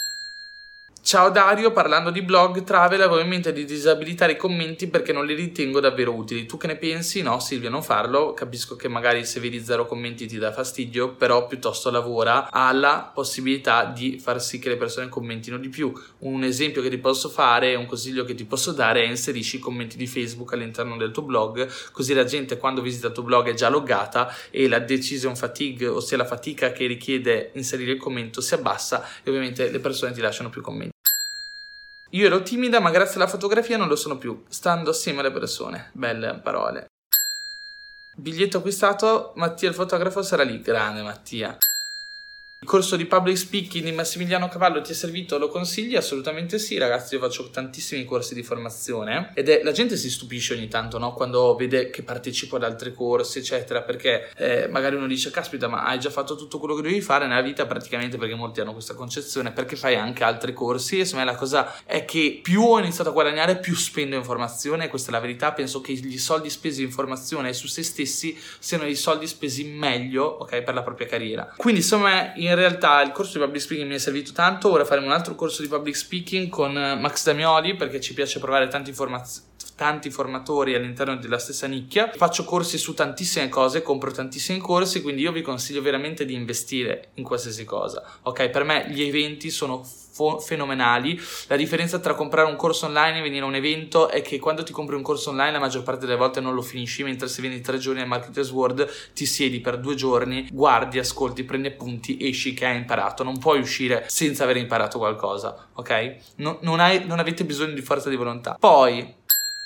Ciao Dario, parlando di blog travel avevo in mente di disabilitare i commenti perché non li ritengo davvero utili. Tu che ne pensi? No Silvia, non farlo, capisco che magari se vedi zero commenti ti dà fastidio, però piuttosto lavora alla possibilità di far sì che le persone commentino di più. Un esempio che ti posso fare, un consiglio che ti posso dare è: inserisci i commenti di Facebook all'interno del tuo blog, così la gente quando visita il tuo blog è già loggata e la decision fatigue, ossia la fatica che richiede inserire il commento, si abbassa e ovviamente le persone ti lasciano più commenti. Io ero timida, ma grazie alla fotografia non lo sono più, stando assieme alle persone. Belle parole. Biglietto acquistato, Mattia il fotografo sarà lì. Grande Mattia. Il corso di public speaking di Massimiliano Cavallo ti è servito? Lo consigli? Assolutamente sì, ragazzi. Io faccio tantissimi corsi di formazione ed è, la gente si stupisce ogni tanto, no? Quando vede che partecipo ad altri corsi eccetera, perché eh, magari uno dice: caspita, ma hai già fatto tutto quello che dovevi fare nella vita? Praticamente, perché molti hanno questa concezione, perché fai anche altri corsi. E secondo me la cosa è che più ho iniziato a guadagnare, più spendo in formazione. Questa è la verità. Penso che gli soldi spesi in formazione e su se stessi siano i soldi spesi meglio, ok, per la propria carriera. Quindi insomma, in In realtà il corso di public speaking mi è servito tanto. Ora faremo un altro corso di public speaking con Max Damioli, perché ci piace provare tanti informazioni tanti formatori all'interno della stessa nicchia. Faccio corsi su tantissime cose, compro tantissimi corsi, quindi io vi consiglio veramente di investire in qualsiasi cosa, ok? Per me gli eventi sono fo- fenomenali. La differenza tra comprare un corso online e venire a un evento è che quando ti compri un corso online la maggior parte delle volte non lo finisci, mentre se vieni tre giorni al Marketers World ti siedi per due giorni, guardi, ascolti, prendi appunti, esci che hai imparato. Non puoi uscire senza aver imparato qualcosa, ok? No, non, hai, non avete bisogno di forza di volontà. Poi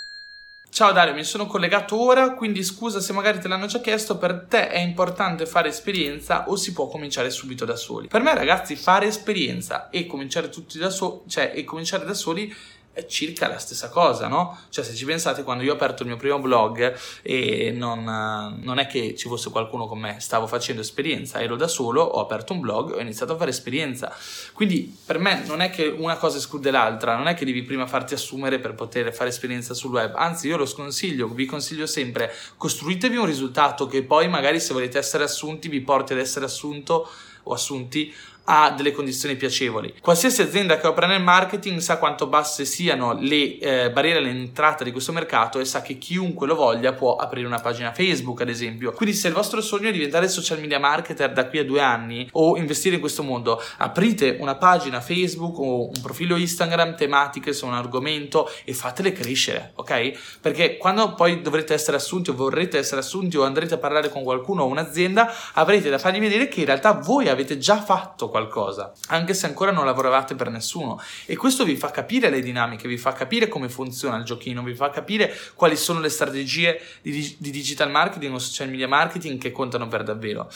ciao Dario, mi sono collegato ora, quindi scusa se magari te l'hanno già chiesto. Per te è importante fare esperienza o si può cominciare subito da soli? Per me, ragazzi, fare esperienza e cominciare tutti da soli, cioè e cominciare da soli è circa la stessa cosa, no? Cioè, se ci pensate, quando io ho aperto il mio primo blog e non, non è che ci fosse qualcuno con me, stavo facendo esperienza, ero da solo, ho aperto un blog, ho iniziato a fare esperienza. Quindi per me non è che una cosa esclude l'altra, non è che devi prima farti assumere per poter fare esperienza sul web. Anzi, io lo sconsiglio, vi consiglio sempre: costruitevi un risultato che poi magari, se volete essere assunti, vi porti ad essere assunto o assunti ha delle condizioni piacevoli. Qualsiasi azienda che opera nel marketing sa quanto basse siano le eh, barriere all'entrata di questo mercato e sa che chiunque lo voglia può aprire una pagina Facebook, ad esempio. Quindi se il vostro sogno è diventare social media marketer da qui a due anni o investire in questo mondo, aprite una pagina Facebook o un profilo Instagram tematiche su un argomento e fatele crescere, ok? Perché quando poi dovrete essere assunti o vorrete essere assunti o andrete a parlare con qualcuno o un'azienda, avrete da fargli vedere che in realtà voi avete già fatto qualcosa, anche se ancora non lavoravate per nessuno, e questo vi fa capire le dinamiche, vi fa capire come funziona il giochino, vi fa capire quali sono le strategie di, di digital marketing o social media marketing che contano per davvero.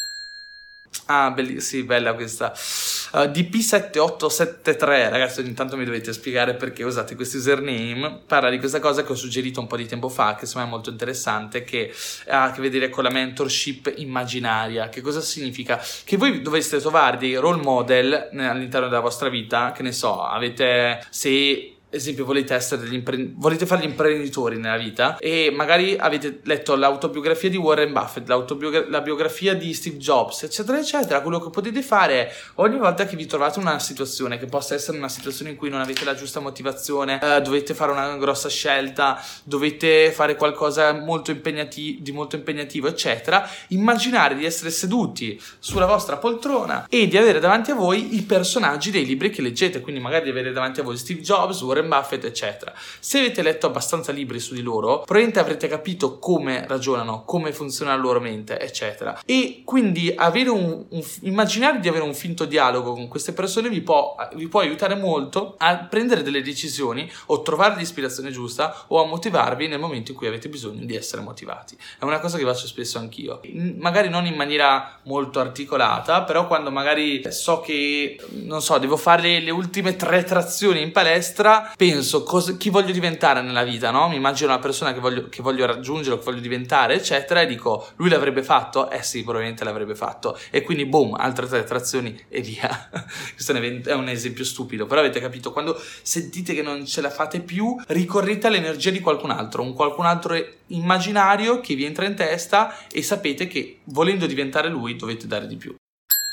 Ah, bellissima, sì, bella questa. Uh, D P sette otto sette tre, ragazzi, ogni tanto mi dovete spiegare perché usate questo username. Parla di questa cosa che ho suggerito un po' di tempo fa, che secondo me è molto interessante, che ha a che vedere con la mentorship immaginaria. Che cosa significa? Che voi dovreste trovare dei role model all'interno della vostra vita, che ne so, avete, se esempio volete essere degli impre- volete fare gli imprenditori nella vita e magari avete letto l'autobiografia di Warren Buffett, l'autobiogra- la biografia di Steve Jobs, eccetera eccetera. Quello che potete fare è, ogni volta che vi trovate una situazione che possa essere una situazione in cui non avete la giusta motivazione, eh, dovete fare una grossa scelta, dovete fare qualcosa molto impegnati- di molto impegnativo, eccetera, immaginare di essere seduti sulla vostra poltrona e di avere davanti a voi i personaggi dei libri che leggete, quindi magari di avere davanti a voi Steve Jobs, Warren Buffett, eccetera. Se avete letto abbastanza libri su di loro, probabilmente avrete capito come ragionano, come funziona la loro mente, eccetera. E quindi avere un, un immaginare di avere un finto dialogo con queste persone vi può, vi può aiutare molto a prendere delle decisioni o trovare l'ispirazione giusta o a motivarvi nel momento in cui avete bisogno di essere motivati. È una cosa che faccio spesso anch'io, magari non in maniera molto articolata, però quando magari so che, non so, devo fare le, le ultime tre trazioni in palestra, penso cosa, chi voglio diventare nella vita, no? Mi immagino una persona che voglio, che voglio raggiungere, che voglio diventare, eccetera, e dico, lui l'avrebbe fatto? Eh sì, probabilmente l'avrebbe fatto. E quindi, boom, altre tre trazioni e via. Questo è un esempio stupido, però avete capito, quando sentite che non ce la fate più, ricorrete all'energia di qualcun altro, un qualcun altro immaginario che vi entra in testa e sapete che, volendo diventare lui, dovete dare di più.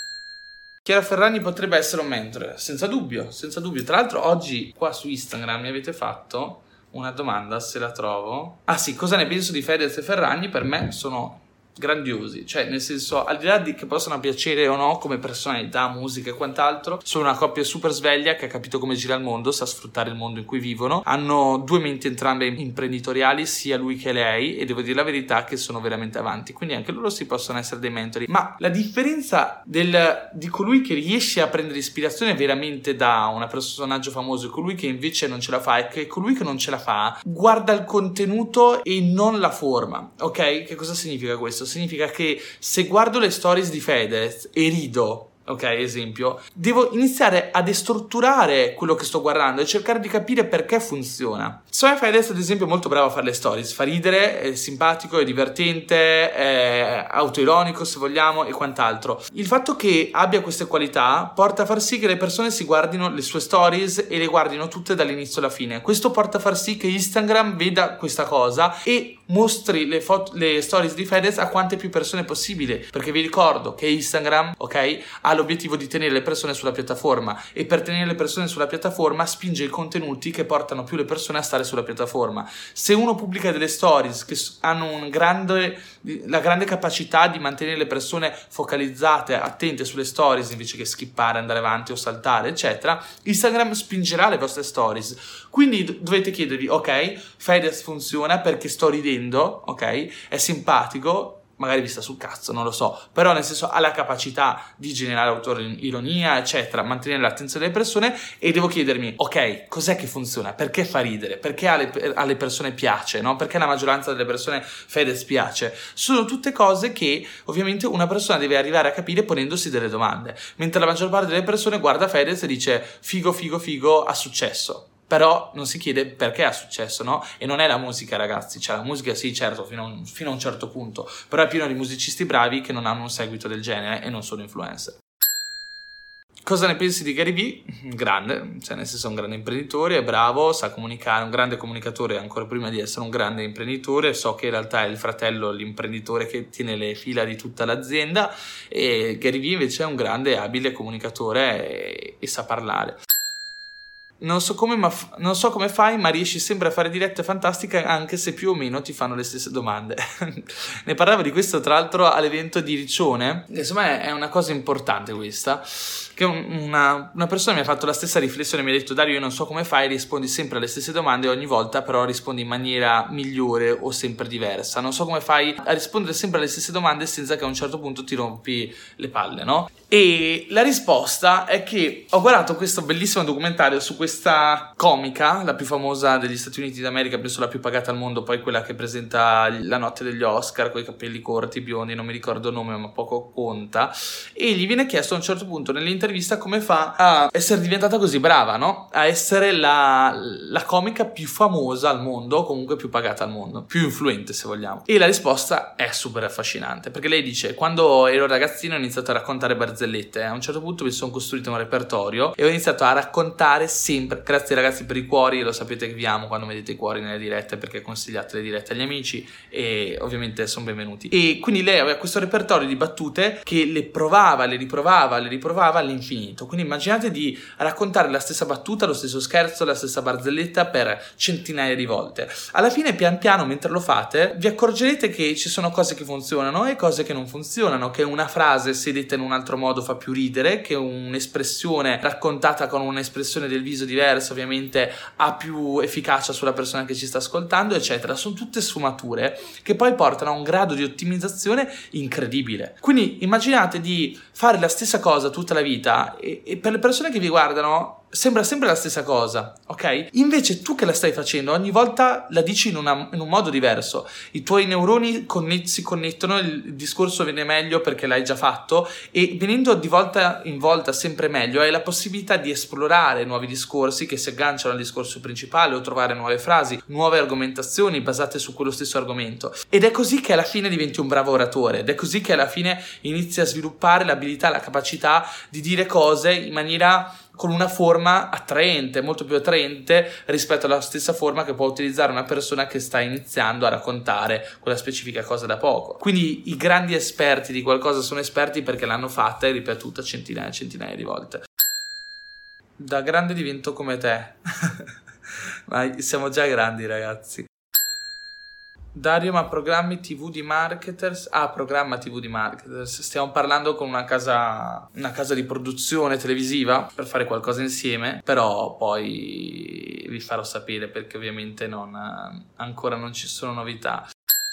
Chiara Ferragni potrebbe essere un mentore, senza dubbio, senza dubbio. Tra l'altro oggi qua su Instagram mi avete fatto una domanda, se la trovo. Ah sì, cosa ne penso di Fedez e Ferragni? Per me sono grandiosi, cioè nel senso, al di là di che possano piacere o no come personalità, musica e quant'altro, sono una coppia super sveglia che ha capito come gira il mondo, sa sfruttare il mondo in cui vivono, hanno due menti entrambe imprenditoriali, sia lui che lei, e devo dire la verità che sono veramente avanti, quindi anche loro si possono essere dei mentori. Ma la differenza del, di colui che riesce a prendere ispirazione veramente da un personaggio famoso e colui che invece non ce la fa è che colui che non ce la fa guarda il contenuto e non la forma, ok? Che cosa significa questo? Significa che se guardo le stories di Fedez e rido, ok, esempio, devo iniziare a destrutturare quello che sto guardando e cercare di capire perché funziona. Secondo me Fedez, ad esempio, è molto bravo a fare le stories, fa ridere, è simpatico, è divertente, è autoironico se vogliamo e quant'altro. Il fatto che abbia queste qualità porta a far sì che le persone si guardino le sue stories e le guardino tutte dall'inizio alla fine. Questo porta a far sì che Instagram veda questa cosa e mostri le, foto, le stories di Fedez a quante più persone possibile, perché vi ricordo che Instagram, ok, ha l'obiettivo di tenere le persone sulla piattaforma e per tenere le persone sulla piattaforma spinge i contenuti che portano più le persone a stare sulla piattaforma. Se uno pubblica delle stories che hanno un grande, la grande capacità di mantenere le persone focalizzate, attente sulle stories invece che skippare, andare avanti o saltare, eccetera, Instagram spingerà le vostre stories. Quindi dovete chiedervi, ok, Fedez funziona perché sto ridendo, ok, è simpatico, magari vi sta sul cazzo, non lo so, però nel senso ha la capacità di generare autoironia, eccetera, mantenere l'attenzione delle persone, e devo chiedermi, ok, cos'è che funziona? Perché fa ridere? Perché alle, alle persone piace, no? Perché la maggioranza delle persone Fedez piace? Sono tutte cose che ovviamente una persona deve arrivare a capire ponendosi delle domande, mentre la maggior parte delle persone guarda Fedez e dice figo, figo, figo, ha successo. Però non si chiede perché ha successo, no? E non è la musica, ragazzi, cioè la musica sì, certo, fino a, un, fino a un certo punto, però è pieno di musicisti bravi che non hanno un seguito del genere e non sono influencer. Cosa ne pensi di Gary Vee? Grande, cioè nel senso è un grande imprenditore, è bravo, sa comunicare, un grande comunicatore ancora prima di essere un grande imprenditore. So che in realtà è il fratello, l'imprenditore che tiene le fila di tutta l'azienda, e Gary Vee invece è un grande abile comunicatore e, e sa parlare. Non so, come, ma f- non so come fai, ma riesci sempre a fare dirette fantastiche anche se più o meno ti fanno le stesse domande. Ne parlavo di questo tra l'altro all'evento di Riccione. Insomma è, è una cosa importante questa, che una, una persona mi ha fatto la stessa riflessione, mi ha detto: Dario, io non so come fai, rispondi sempre alle stesse domande ogni volta, però rispondi in maniera migliore o sempre diversa. Non so come fai a rispondere sempre alle stesse domande senza che a un certo punto ti rompi le palle, no? E la risposta è che ho guardato questo bellissimo documentario su questa comica, la più famosa degli Stati Uniti d'America, penso la più pagata al mondo, poi quella che presenta la notte degli Oscar con i capelli corti, biondi, non mi ricordo il nome ma poco conta, e gli viene chiesto a un certo punto nell'intervista come fa a essere diventata così brava, no? A essere la, la comica più famosa al mondo, o comunque più pagata al mondo, più influente se vogliamo. E la risposta è super affascinante, perché lei dice: quando ero ragazzino ho iniziato a raccontare barzellette, a un certo punto mi sono costruito un repertorio e ho iniziato a raccontare sempre, grazie ragazzi per i cuori, lo sapete che vi amo quando vedete i cuori nelle dirette, perché consigliate le dirette agli amici e ovviamente sono benvenuti. E quindi lei aveva questo repertorio di battute che le provava, le riprovava, le riprovava all'infinito. Quindi immaginate di raccontare la stessa battuta, lo stesso scherzo, la stessa barzelletta per centinaia di volte. Alla fine, pian piano, mentre lo fate, vi accorgerete che ci sono cose che funzionano e cose che non funzionano, che una frase se detta in un altro modo fa più ridere, che un'espressione raccontata con un'espressione del viso diversa ovviamente ha più efficacia sulla persona che ci sta ascoltando, eccetera. Sono tutte sfumature che poi portano a un grado di ottimizzazione incredibile. Quindi immaginate di fare la stessa cosa tutta la vita e, e per le persone che vi guardano sembra sempre la stessa cosa, ok? Invece tu che la stai facendo ogni volta la dici in, una, in un modo diverso, i tuoi neuroni connet- si connettono, il discorso viene meglio perché l'hai già fatto, e venendo di volta in volta sempre meglio hai la possibilità di esplorare nuovi discorsi che si agganciano al discorso principale, o trovare nuove frasi, nuove argomentazioni basate su quello stesso argomento. Ed è così che alla fine diventi un bravo oratore, ed è così che alla fine inizi a sviluppare l'abilità, la capacità di dire cose in maniera, con una forma attraente, molto più attraente rispetto alla stessa forma che può utilizzare una persona che sta iniziando a raccontare quella specifica cosa da poco. Quindi i grandi esperti di qualcosa sono esperti perché l'hanno fatta e ripetuta centinaia e centinaia di volte. Da grande divento come te. Ma siamo già grandi, ragazzi. Dario, ma programmi tivù di marketers? Ah, programma tivù di marketers. Stiamo parlando con una casa, una casa di produzione televisiva per fare qualcosa insieme, però poi vi farò sapere perché ovviamente non, ancora non ci sono novità.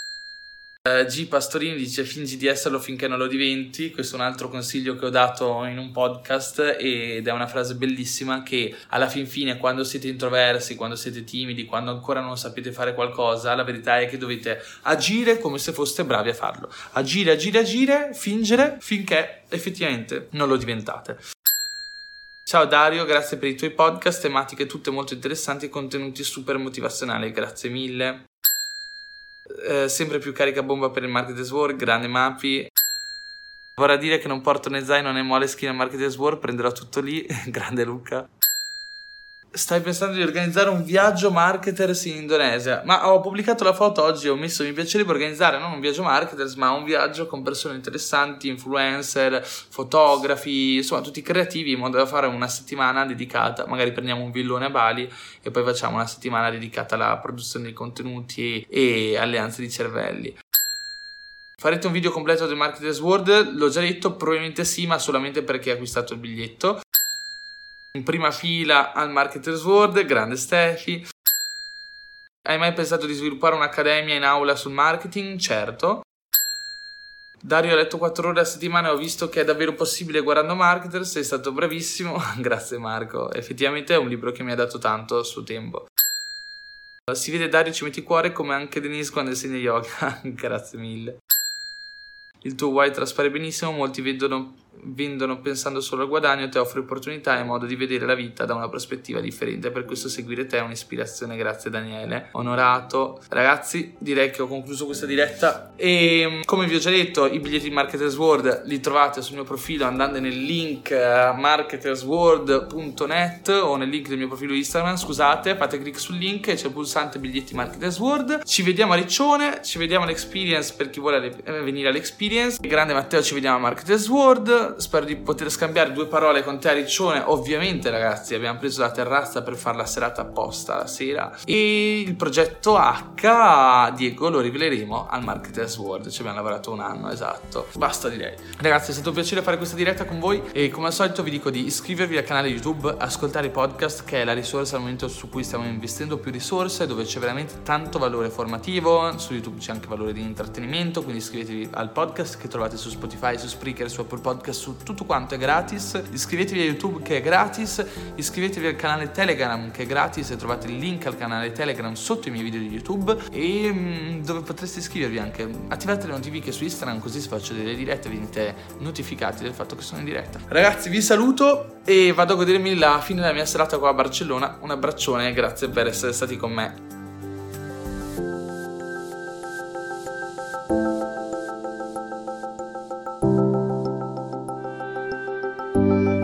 G Pastorini dice: fingi di esserlo finché non lo diventi. Questo è un altro consiglio che ho dato in un podcast ed è una frase bellissima, che alla fin fine, quando siete introversi, quando siete timidi, quando ancora non sapete fare qualcosa, la verità è che dovete agire come se foste bravi a farlo, agire, agire, agire, fingere finché effettivamente non lo diventate. Ciao Dario, grazie per i tuoi podcast, tematiche tutte molto interessanti e contenuti super motivazionali, grazie mille. Eh, sempre più carica bomba per il Marketers World, grande Mapi. Vorrà dire che non porto né zaino né Moleskine al Marketers World, prenderò tutto lì. Grande Luca. Stai pensando di organizzare un viaggio marketers in Indonesia? Ma ho pubblicato la foto oggi, ho messo: mi piacerebbe organizzare non un viaggio marketers ma un viaggio con persone interessanti, influencer, fotografi, insomma tutti creativi, in modo da fare una settimana dedicata. Magari prendiamo un villone a Bali e poi facciamo una settimana dedicata alla produzione di contenuti e alleanze di cervelli. Farete un video completo del Marketers World? L'ho già detto, probabilmente sì, ma solamente perché hai acquistato il biglietto. In prima fila al Marketers World, grande Stefi. Hai mai pensato di sviluppare un'accademia in aula sul marketing? Certo. Dario, ho letto quattro ore a settimana e ho visto che è davvero possibile guardando Marketers, sei stato bravissimo. Grazie Marco, effettivamente è un libro che mi ha dato tanto a suo tempo. Si vede Dario ci metti cuore come anche Denise quando insegna yoga. Grazie mille. Il tuo white traspare benissimo, molti vedono vendono pensando solo al guadagno, te offre opportunità e modo di vedere la vita da una prospettiva differente. Per questo seguire te è un'ispirazione. Grazie Daniele, onorato. Ragazzi, direi che ho concluso questa diretta e come vi ho già detto, i biglietti di Marketers World li trovate sul mio profilo andando nel link marketers world punto net o nel link del mio profilo Instagram. Scusate, fate clic sul link e c'è il pulsante biglietti Marketers World. Ci vediamo a Riccione, ci vediamo all'Experience per chi vuole venire all'Experience. Grande Matteo, ci vediamo a Marketers World. Spero di poter scambiare due parole con te a Riccione. Ovviamente ragazzi, abbiamo preso la terrazza per fare la serata apposta la sera, e il progetto H, Diego, lo riveleremo al Marketers World. Ci abbiamo lavorato un anno, esatto. Basta, direi. Ragazzi, è stato un piacere fare questa diretta con voi e come al solito vi dico di iscrivervi al canale YouTube, ascoltare i podcast, che è la risorsa al momento su cui stiamo investendo più risorse, dove c'è veramente tanto valore formativo. Su YouTube c'è anche valore di intrattenimento, quindi iscrivetevi al podcast che trovate su Spotify, su Spreaker, su Apple Podcast, su tutto quanto è gratis. Iscrivetevi a YouTube che è gratis, iscrivetevi al canale Telegram che è gratis e trovate il link al canale Telegram sotto i miei video di YouTube, e mh, dove potreste iscrivervi anche. Attivate le notifiche su Instagram, così se faccio delle dirette venite notificati del fatto che sono in diretta. Ragazzi, vi saluto e vado a godermi la fine della mia serata qua a Barcellona. Un abbraccione e grazie per essere stati con me.